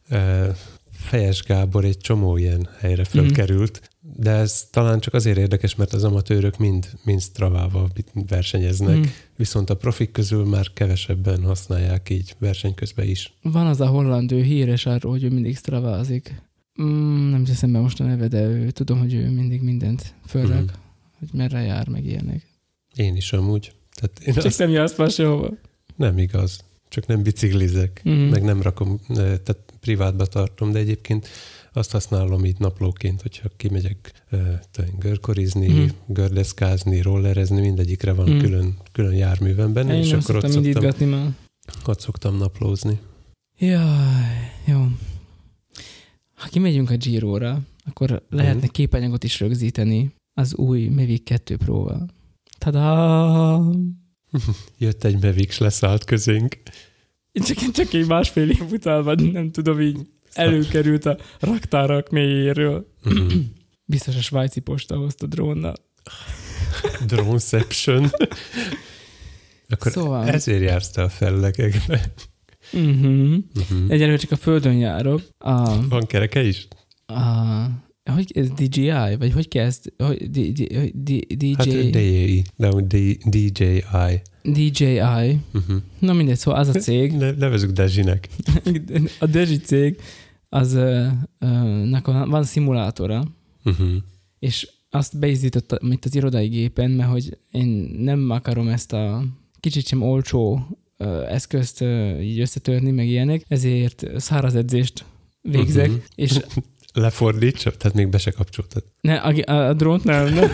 Fejes Gábor egy csomó ilyen helyre fölkerült, mm. de ez talán csak azért érdekes, mert az amatőrök mind, mind Stravával versenyeznek, mm. viszont a profik közül már kevesebben használják így verseny közben is. Van az a holland, ő híres arról, hogy ő mindig Stravázik. Mm, nem hiszem be most a neve, de ő, tudom, hogy ő mindig mindent fölrak, mm. hogy merre jár, meg ilyenek. Én is amúgy. Tehát én csak azt... nem jársz már sehova. Nem igaz. Csak nem biciklizek, mm. meg nem rakom, tehát privátba tartom, de egyébként azt használom így naplóként, hogyha kimegyek uh, görkorizni, mm. gördeszkázni, rollerezni, mindegyikre van mm. külön, külön járművem benne, én és akkor ott szoktam, már. ott szoktam naplózni. Jaj, jó. Ha kimegyünk a Giróra, akkor lehetne mm. képanyagot is rögzíteni az új Mavic kettő Pro-val. Tadám! Jött egy Mavic, leszállt közénk. Én csak, csak egy másfél év után, vagy nem tudom, így előkerült a raktárak mélyéről. Mm-hmm. Biztos a svájci posta hozta drónnal. Droneception. Akkor szóval... ezért jársz te a fellegekbe. Uh-huh. Uh-huh. Egyelőre csak a földön járok. A... Van kereke is? A... Hogy ez dé jé i? Vagy hogy kezd? dé jé? Hát dé jé i, de dé jé i. dé jé i. Uh-huh. Na mindegy, szóval az a cég. Ne, nevezzük Dezsinek. A Dezsi cég, az uh, uh, van szimulátora, uh-huh. és azt beizította, mint az irodai gépen, mert hogy én nem akarom ezt a kicsit sem olcsó uh, eszközt uh, így összetörni, meg ilyenek, ezért száraz edzést végzek, uh-huh. és lefordíts, tehát még be se kapcsoltad. Ne, a, a, a drónt nem. nem.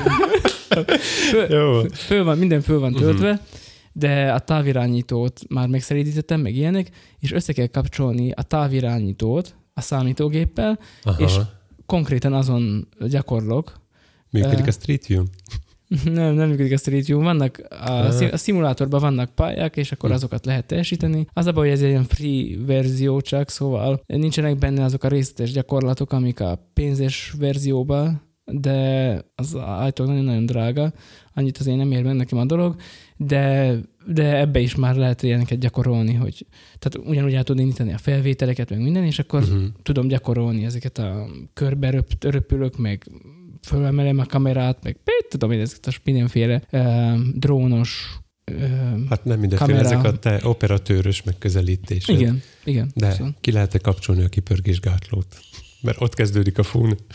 Föl, Jó. Föl van, minden föl van töltve, uh-huh. de a távirányítót már megszerítettem, meg ilyenek, és össze kell kapcsolni a távirányítót a számítógéppel, aha. és konkrétan azon gyakorlok. Működik uh, a Street View? Nem, nem működik a Street View. Vannak a, ah. a szimulátorban vannak pályák, és akkor azokat lehet teljesíteni. Az a baj, hogy ez egy ilyen free verzió csak, szóval nincsenek benne azok a részletes gyakorlatok, amik a pénzes verzióban, de az állítólag nagyon-nagyon drága. Annyit azért nem ér meg nekem a dolog, de, de ebbe is már lehet ilyeneket gyakorolni, hogy tehát ugyanúgy el tudni indítani a felvételeket, meg minden, és akkor uh-huh. tudom gyakorolni ezeket a körbe röpülök, meg fölemelem a kamerát, meg tudom én ezeket a mindenféle uh, drónos uh, hát nem mindenféle, ezek a te operatőrös megközelítésed. Igen, igen. De szóval. Ki lehet-e kapcsolni a kipörgésgátlót? Mert ott kezdődik a fún. Uh,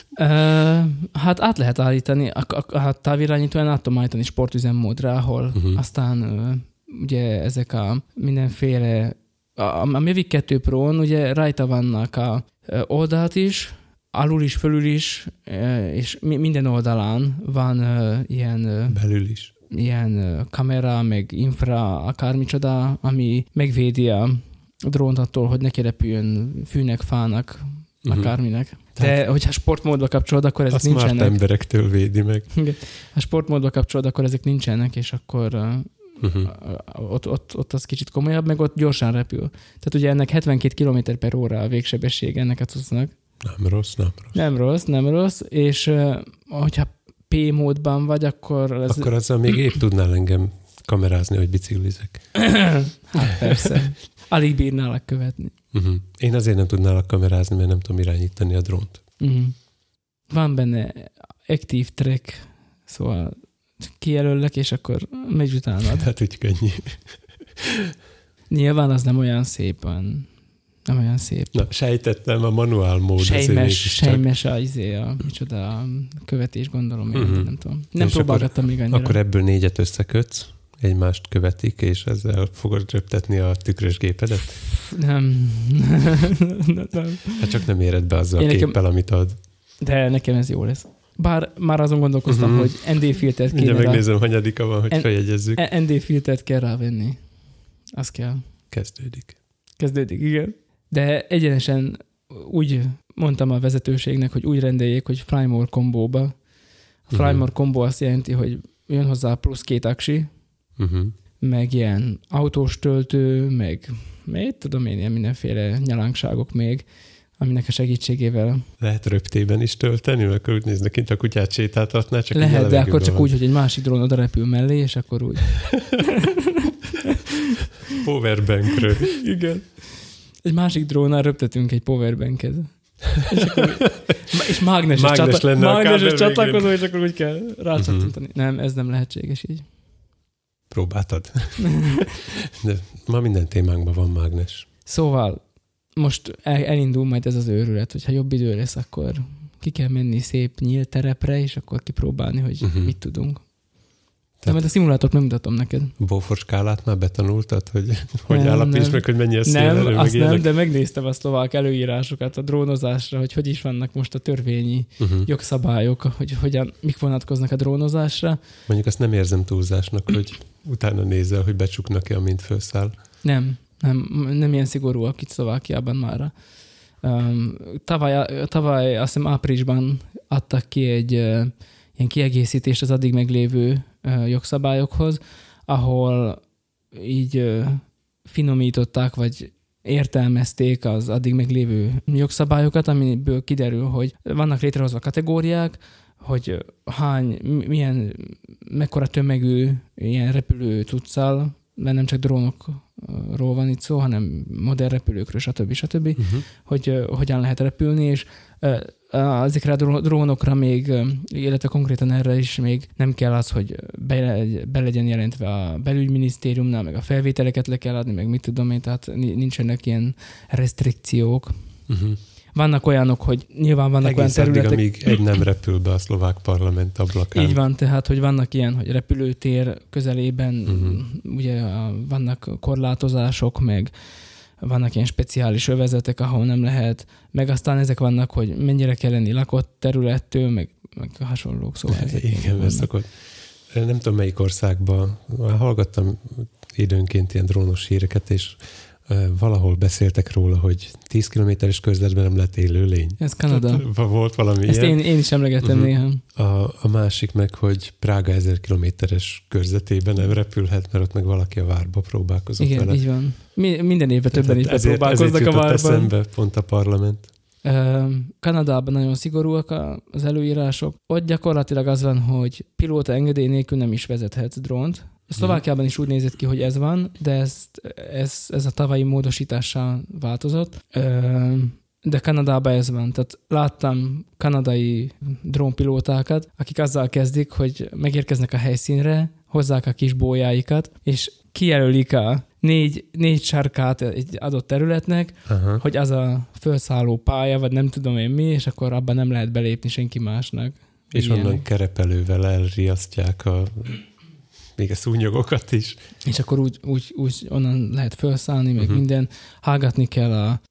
hát át lehet állítani, a, a, a távirányítóan át tudom állítani sportüzemmódra, ahol uh-huh. aztán uh, ugye ezek a mindenféle, a, a Mavic kettő Pro-n ugye rajta vannak a oldalt is, alul is, fölül is, és minden oldalán van ilyen... Belül is. Ilyen kamera, meg infra, akármicsoda, ami megvédi a drónt attól, hogy neki repüljön fűnek, fának, uh-huh. akárminek. De tehát hogyha sportmódba kapcsolod, akkor ezek nincsenek. A smart emberektől védi meg. Ha sportmódba kapcsolod, akkor ezek nincsenek, és akkor uh-huh. ott, ott, ott az kicsit komolyabb, meg ott gyorsan repül. Tehát ugye ennek hetvenkét kilométer per óra a végsebesség ennek a cuccnak. Nem rossz, nem rossz. Nem rossz, nem rossz, és hogyha P-módban vagy, akkor... Ez... Akkor azzal még épp tudnál engem kamerázni, hogy biciklizek. Hát persze. Alig bírnálak követni. Uh-huh. Én azért nem tudnálak kamerázni, mert nem tudom irányítani a drónt. Uh-huh. Van benne Active Track, szóval kijelöllek, és akkor megy utánad. Hát úgy könnyű. Nyilván az nem olyan szépen... Nem olyan szép. Na, sejtettem, a manuál mód. Sejmes, sejmes a, izé, a, micsoda, a követés, gondolom, én uh-huh. nem tudom. Nem és próbálgattam még annyira. Akkor ebből négyet összekötsz, egymást követik, és ezzel fogod röptetni a tükrös gépedet? Nem. nem. Hát csak nem éred be azzal én a képpel, nekem, amit ad. De nekem ez jó lesz. Bár már azon gondolkoztam, uh-huh. hogy en dé filtert kéne rá... megnézem, hanyadika van, hogy en, feljegyezzük. en dé filtert kell rávenni. Az kell. Kezdődik. Kezdődik, igen. De egyenesen úgy mondtam a vezetőségnek, hogy úgy rendeljék, hogy Flymore kombóba. A Flymore uh-huh. kombó azt jelenti, hogy jön hozzá plusz két aksi, uh-huh. meg ilyen autós töltő, meg mit tudom én, ilyen mindenféle nyalánkságok még, aminek a segítségével... Lehet röptében is tölteni, mert akkor úgy néznek, mint a kutyát sétáltatná, csak lehet, de akkor csak van. Úgy, hogy egy másik drón oda repül mellé, és akkor úgy... Powerbankről. Igen. Egy másik drónnal röptetünk egy powerbanket. És, akkor, és mágneses, Mágnes csata, mágneses csatlakozó, végén. És akkor úgy kell rácsattintani. Uh-huh. Nem, ez nem lehetséges így. Próbáltad. De ma minden témánkban van mágnes. Szóval most el, elindul majd ez az őrület, hogyha jobb idő lesz, akkor ki kell menni szép nyílt terepre, és akkor kipróbálni, hogy uh-huh. mit tudunk. De majd a szimulátort megmutatom neked. Bófor skálát már betanultad, hogy hogy állapíts meg, hogy mennyi a szélelő? Nem, azt nem, de megnéztem a szlovák előírásokat a drónozásra, hogy hogy is vannak most a törvényi uh-huh. jogszabályok, hogy hogyan, mik vonatkoznak a drónozásra. Mondjuk azt nem érzem túlzásnak, hogy utána nézel, hogy becsuknak-e, amint felszáll. Nem, nem, nem ilyen szigorúak itt Szlovákiában már. Um, tavaly, tavaly azt hiszem áprilisban adtak ki egy uh, ilyen kiegészítést az addig meglévő uh, jogszabályokhoz, ahol így uh, finomították, vagy értelmezték az addig meglévő jogszabályokat, amiből kiderül, hogy vannak létrehozva kategóriák, hogy hány, milyen, mekkora tömegű ilyen repülő cuccal, mert nem csak drónokról van itt szó, hanem modern repülőkről, stb. stb. Uh-huh. Hogy uh, hogyan lehet repülni, és uh, ezekre a drónokra még, illetve konkrétan erre is még nem kell az, hogy be, be legyen jelentve a belügyminisztériumnál, meg a felvételeket le kell adni, meg mit tudom én, tehát nincsenek ilyen restrikciók. Uh-huh. Vannak olyanok, hogy nyilván vannak egész olyan területek... Egész addig, amíg egy nem repül be a szlovák parlament ablakán. Így van, tehát, hogy vannak ilyen, hogy repülőtér közelében uh-huh. ugye vannak korlátozások, meg vannak ilyen speciális övezetek, ahol nem lehet, meg aztán ezek vannak, hogy mennyire kell lenni lakott területtől, meg, meg hasonlók, szóval ezek igen, ez szokott. Nem tudom, melyik országban hallgattam időnként ilyen drónos híreket, és valahol beszéltek róla, hogy tíz kilométeres körzetben nem lett élő lény. Ez Kanada. Tehát volt valami Ezt ilyen. én, én is emlegettem uh-huh. néha. A, a másik meg, hogy Prága ezer kilométeres körzetében nem repülhet, mert ott meg valaki a várba próbálkozott igen, vele. Igen, így van. Mi, minden évben többen is ezért, próbálkoznak a várban. Ezért eszembe pont a parlament. Kanadában nagyon szigorúak az előírások. Ott gyakorlatilag az van, hogy pilóta engedély nélkül nem is vezethetsz drónt. Szlovákiában is úgy nézett ki, hogy ez van, de ez, ez, ez a tavalyi módosítással változott. De Kanadában ez van. Tehát láttam kanadai drónpilótákat, akik azzal kezdik, hogy megérkeznek a helyszínre, hozzák a kis bójáikat, és kijelölik a négy, négy sarkát egy adott területnek, aha. hogy az a felszálló pálya, vagy nem tudom én mi, és akkor abban nem lehet belépni senki másnak. És ilyenek. Onnan kerepelővel elriasztják a még a szúnyogokat is. És akkor úgy, úgy, úgy onnan lehet felszállni, meg uh-huh. minden. Hágatni kell a,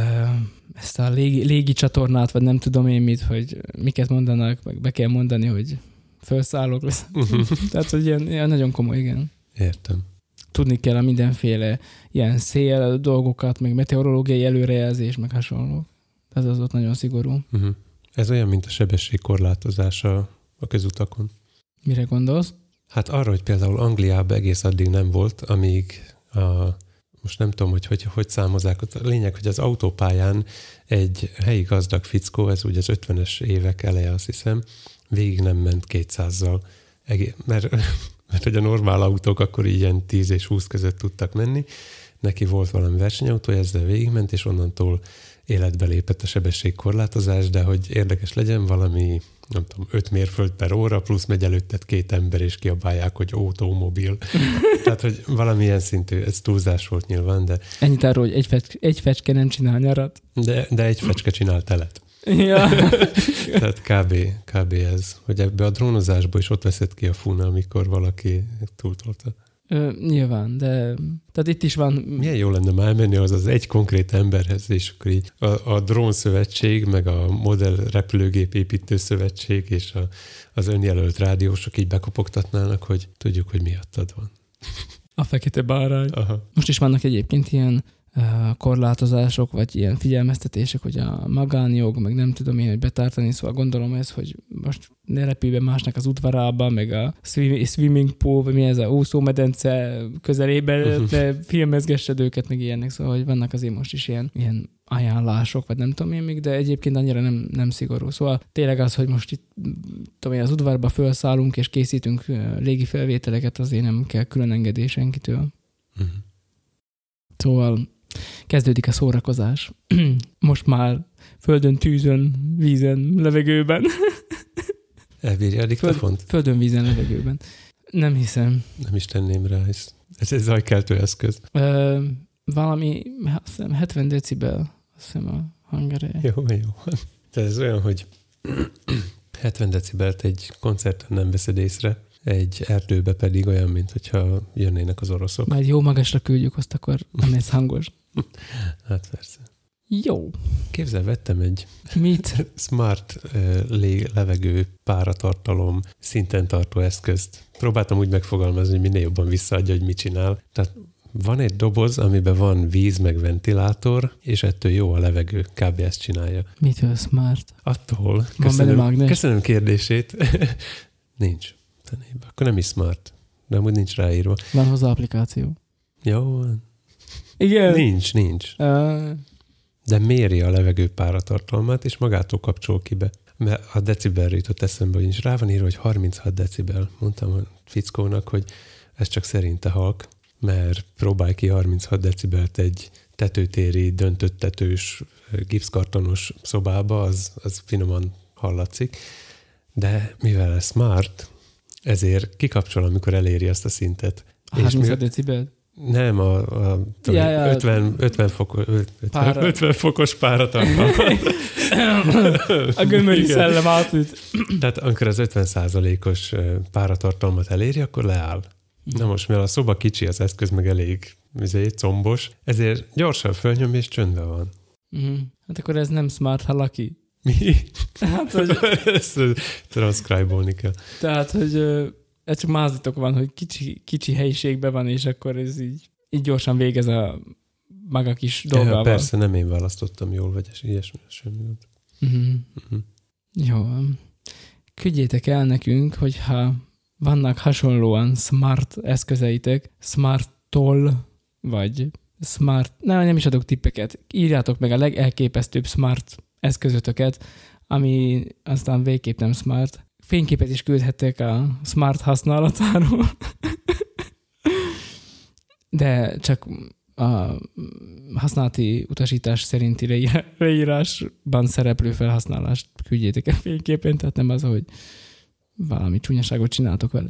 ezt a légi, légi csatornát, vagy nem tudom én mit, hogy miket mondanak, meg be kell mondani, hogy felszállok lesz. Uh-huh. Tehát, hogy ilyen, ilyen nagyon komoly, igen. Értem. Tudni kell a mindenféle ilyen szél dolgokat, meg meteorológiai előrejelzés, meg hasonlók. Tehát az ott nagyon szigorú. Uh-huh. Ez olyan, mint a sebességkorlátozása a közutakon. Mire gondolsz? Hát arra, hogy például Angliában egész addig nem volt, amíg a, most nem tudom, hogy hogy, hogy számozzák. A lényeg, hogy az autópályán egy helyi gazdag fickó, ez ugye az ötvenes évek eleje, azt hiszem, végig nem ment kétszázzal. Mert, mert hogy a normál autók akkor ilyen tíz és húsz között tudtak menni. Neki volt valami versenyautó, ezzel végigment, és onnantól életbe lépett a sebességkorlátozás, de hogy érdekes legyen, valami, nem tudom, öt mérföld per óra, plusz megy előtted két ember, és kiabálják, hogy autómobil. Tehát, hogy valamilyen szintű, ez túlzás volt nyilván, de... Ennyit arról, hogy egy, fecske, egy fecske nem csinál nyarat. De, de egy fecske csinál telet. Ja. Tehát kb, kb ez, hogy ebbe a drónozásból is ott veszed ki a funa, amikor valaki túltolta. Ö, nyilván, de tehát itt is van... Milyen jó lenne már menni az az egy konkrét emberhez, és akkor így a, a drónszövetség, meg a modell repülőgép építő szövetség, és a, az önjelölt rádiósok így bekopogtatnának, hogy tudjuk, hogy miattad van. A fekete bárány. Aha. Most is vannak egyébként ilyen uh, korlátozások, vagy ilyen figyelmeztetések, hogy a magánjog, meg nem tudom én, hogy betartani, szóval gondolom ez, hogy most ne repülj be másnak az udvarába, meg a swimming pool, vagy mi ez a úszómedence közelében, uh-huh. de filmezgessed őket, meg ilyenek, szóval hogy vannak azért most is ilyen, ilyen ajánlások, vagy nem tudom én még, de egyébként annyira nem, nem szigorú. Szóval tényleg az, hogy most itt tudom én, az udvarba felszállunk, és készítünk légi felvételeket, azért nem kell külön engedély senkitől. Uh-huh. Szóval kezdődik a szórakozás. Most már földön, tűzön, vízen, levegőben. Elbírja a diktafont? Föld, földön, vízen, levegőben. Nem hiszem. Nem is tenném rá, ez, ez egy zajkeltő eszköz. Ö, valami, azt hiszem, hetven decibel, azt hiszem a hangereje. Jó, jó. Tehát ez olyan, hogy hetven decibelt egy koncerten nem veszed észre, egy erdőbe pedig olyan, mint hogyha jönnének az oroszok. Majd jó magasra küldjük azt, akkor nem lesz hangos. Hát persze. Jó. Képzel, vettem egy Mit? smart uh, levegő páratartalom szinten tartó eszközt. Próbáltam úgy megfogalmazni, hogy minél jobban visszaadja, hogy mit csinál. Tehát van egy doboz, amiben van víz meg ventilátor, és ettől jó a levegő. Kb. Ezt csinálja. Mitől smart? Attól. Köszönöm, köszönöm kérdését. Nincs. Tanéba. Akkor nem is smart. De amúgy nincs ráírva. Van hozzá applikáció. Jó van. Igen. Nincs, nincs. Uh... De méri a levegő páratartalmát, és magától kapcsol ki be. Mert a decibelre jutott eszembe, hogy rá van írva, hogy harminchat decibel. Mondtam a fickónak, hogy ez csak szerinte halk, mert próbálj ki harminchat decibelt egy tetőtéri, döntöttetős, gipszkartonos szobába, az, az finoman hallatszik. De mivel ez smart, ezért kikapcsol, amikor eléri azt a szintet. harmincöt decibel? Nem, a, a ja, ja. ötven, ötven, fokos, ötven, ötven fokos páratartalmat. A gömöri szellem átüt. Tehát amikor az ötven százalékos páratartalmat eléri, akkor leáll. Na most, mivel a szoba kicsi, az eszköz meg elég ezért combos, ezért gyorsan fölnyom és csöndben van. Uh-huh. Hát akkor ez nem smart, ha lucky. Mi? Hát, hogy... Ezt transzcribe-olni kell. Tehát, hogy ez csak mázitok van, hogy kicsi, kicsi helyiségben van, és akkor ez így, így gyorsan végez a maga kis dolgával. Ja, persze, nem én választottam jól, vagy ilyesmi, semmi gond. Uh-huh. Uh-huh. Jó. Küldjétek el nekünk, hogyha vannak hasonlóan smart eszközeitek, smart-tól, vagy smart, nem, nem is adok tippeket, írjátok meg a legelképesztőbb smart eszközötöket, ami aztán végképp nem smart. Fényképet is küldhettek a smart használatáról, de csak a használati utasítás szerinti leírásban szereplő felhasználást küldjétek el fényképen, tehát nem az, hogy valami csúnyaságot csináltok vele.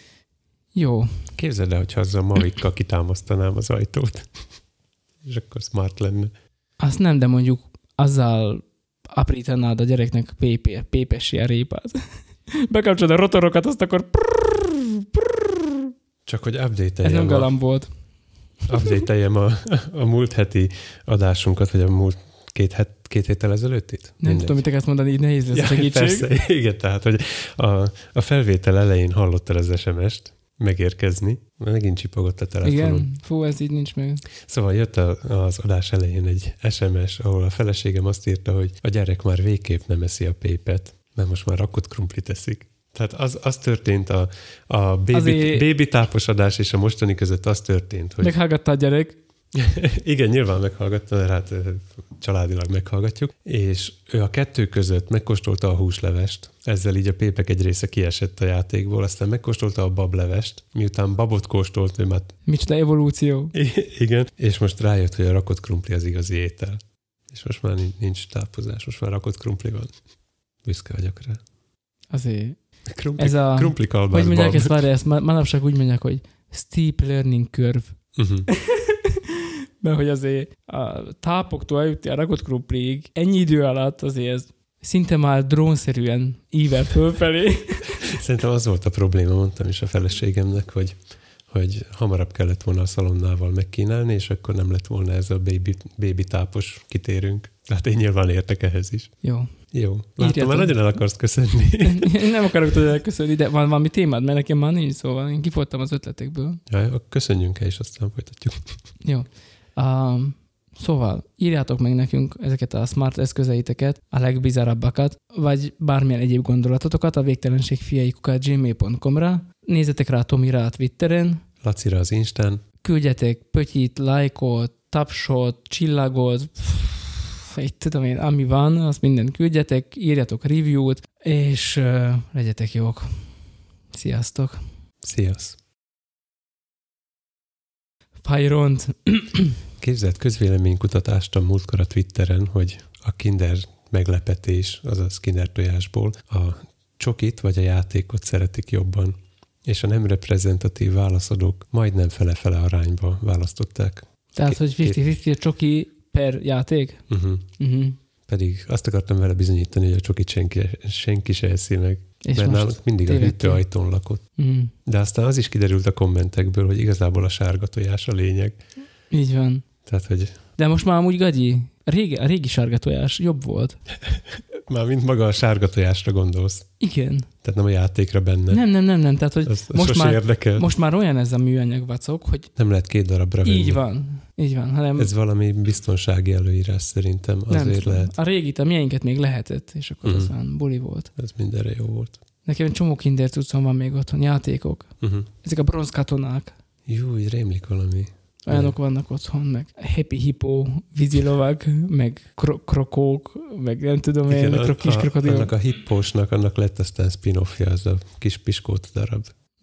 Jó. Képzeld el, hogyha azzal Mavikkal kitámasztanám az ajtót, és akkor smart lenne. Azt nem, de mondjuk azzal aprítanád a gyereknek pépé, pépessé a répát. Bekapcsolod a rotorokat, azt akkor prrr, prrr. Csak hogy update-eljem. Ez nem galamb volt. Update-eljem a, a múlt heti adásunkat, vagy a múlt két, het, két héttel ezelőttit? Nem Mindegy. tudom, mit akarsz mondani, így nehéz lesz ja, a segítség. Persze, igen, tehát, hogy a, a felvétel elején hallottál az es em est megérkezni, megint csipogott a telefonon. Igen, fú, ez így nincs meg. Szóval jött a, az adás elején egy es em es, ahol a feleségem azt írta, hogy a gyerek már végképp nem eszi a pépet, mert most már rakott krumplit eszik. Tehát az, az történt a, a baby, Azért... baby tápos adás és a mostani között az történt, hogy... Meghallgatta a gyerek. Igen, nyilván meghallgatta, mert hát családilag meghallgatjuk, és ő a kettő között megkóstolta a húslevest, ezzel így a pépek egy része kiesett a játékból, aztán megkóstolta a bablevest, miután babot kóstolt, ő már... Micsoda evolúció. Igen, és most rájött, hogy a rakott krumpli az igazi étel. És most már nincs tápozás, most már rakott krumpli van. Büszke vagyok rá. Azért... Krumpli, ez a... krumpli kalbász hogy mondják bab. ezt, várja, ezt manapság úgy mondják, hogy steep learning curve. Uh-huh. Mert hogy azért a tápoktól eljutti a rakott krumpliig ennyi idő alatt azért ez szinte már drónszerűen ível fölfelé. Szerintem az volt a probléma, mondtam is a feleségemnek, hogy, hogy hamarabb kellett volna a szalonnával megkínálni, és akkor nem lett volna ez a baby, baby tápos kitérünk. Tehát én nyilván értek ehhez is. Jó. Jó. Látom, már nagyon el akarsz köszönni. Én nem akarok tudni elköszönni, de van valami témád, mert nekem már nincs, szóval én kifogytam az ötletekből. Ja, köszönjünk el, és aztán folytatjuk. Jó. Um, szóval írjátok meg nekünk ezeket a smart eszközeiteket, a legbizarabbakat, vagy bármilyen egyéb gondolatotokat a végtelenségfiaikukat gmail pont com-ra. Nézzetek rá Tomira a Twitteren. Lacira az Instán. Küldjetek pötyit, lájkot, tapsot, csillagot, pff, így tudom én, ami van, azt mindent küldjetek, írjatok review-t, és uh, legyetek jók. Sziasztok! Sziasz! Fajront! Képzeld, közvéleménykutatást a múltkor a Twitteren, hogy a Kinder meglepetés, azaz Kinder tojásból a csokit vagy a játékot szeretik jobban, és a nem reprezentatív válaszadók majdnem fele-fele arányba választották. Tehát, hogy fifty-fifty a csoki per játék? Uh-huh. Uh-huh. Pedig azt akartam vele bizonyítani, hogy a csokit senki, senki se eszi meg. És mert nálunk mindig tévedtél. A hűtőajtón lakott. Uh-huh. De aztán az is kiderült a kommentekből, hogy igazából a sárga tojás a lényeg. Így van. Tehát, hogy... De most már amúgy gagyi. A régi, a régi sárga tojás jobb volt. Már mint maga a sárga tojásra gondolsz. Igen. Tehát nem a játékra benne. Nem, nem, nem, nem. Tehát, hogy az, az most, már, érdekel. most már olyan ez a műanyag vacok, hogy... Nem lehet két darabra venni. Így van. Így van. Hanem... Ez valami biztonsági előírás szerintem. Azért nem, lehet. A régit, a miénket még lehetett, és akkor uh-huh. az van buli volt. Ez mindenre jó volt. Nekem csomó Kinder cuccom van még otthon, játékok. Uh-huh. Ezek a bronz katonák. Jó, így rémlik valami. Olyanok vannak otthon, meg Happy Hippo, vízilovag, meg kro- krokók, meg nem tudom én, meg kis krokodilok. Annak a hippósnak, annak lett aztán spin-offja, az a kis piskóta darab.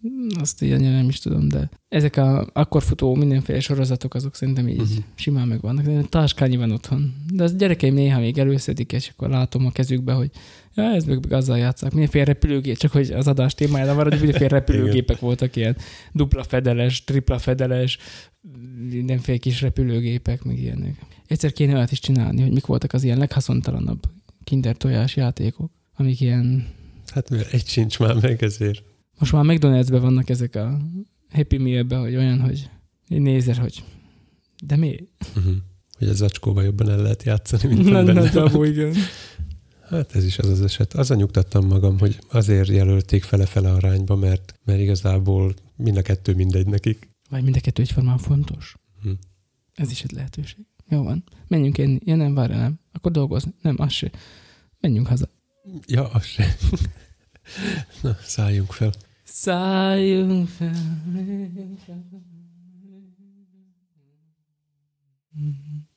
azt így annyira nem is tudom, de ezek a akkor futó mindenféle sorozatok, azok szerintem így uh-huh. simán megvannak. Táskányi van otthon. De az gyerekeim néha még előszedik, és akkor látom a kezükbe, hogy ja, ez meg, meg azzal játszák. Mindenféle repülőgép, csak hogy az adás témájára van, hogy mindenféle repülőgépek voltak ilyen dupla fedeles, tripla fedeles, mindenféle kis repülőgépek, meg ilyenek. Egyszer kéne olyat is csinálni, hogy mik voltak az ilyen leghaszontalanabb Kinder tojás játékok, amik ilyen... Hát mivel egy sincs már meg ezért. Most már McDonald's-ben vannak ezek a Happy Meal-ben, hogy olyan, hogy nézel, hogy de mi? Uh-huh. Hogy a zacskóval jobban el lehet játszani, mint na, benne. Na, igen. Hát ez is az az eset. Azon nyugtattam magam, hogy azért jelölték fele-fele arányba, mert, mert igazából mind a kettő mindegy nekik. Vagy mind a kettő egyformán fontos. Uh-huh. Ez is egy lehetőség. Jó van. Menjünk enni. Ja nem, várja nem. Akkor dolgozni. Nem, az se. Menjünk haza. Ja, az se. Na, szálljunk fel. Szálljunk fel. Mm-hmm.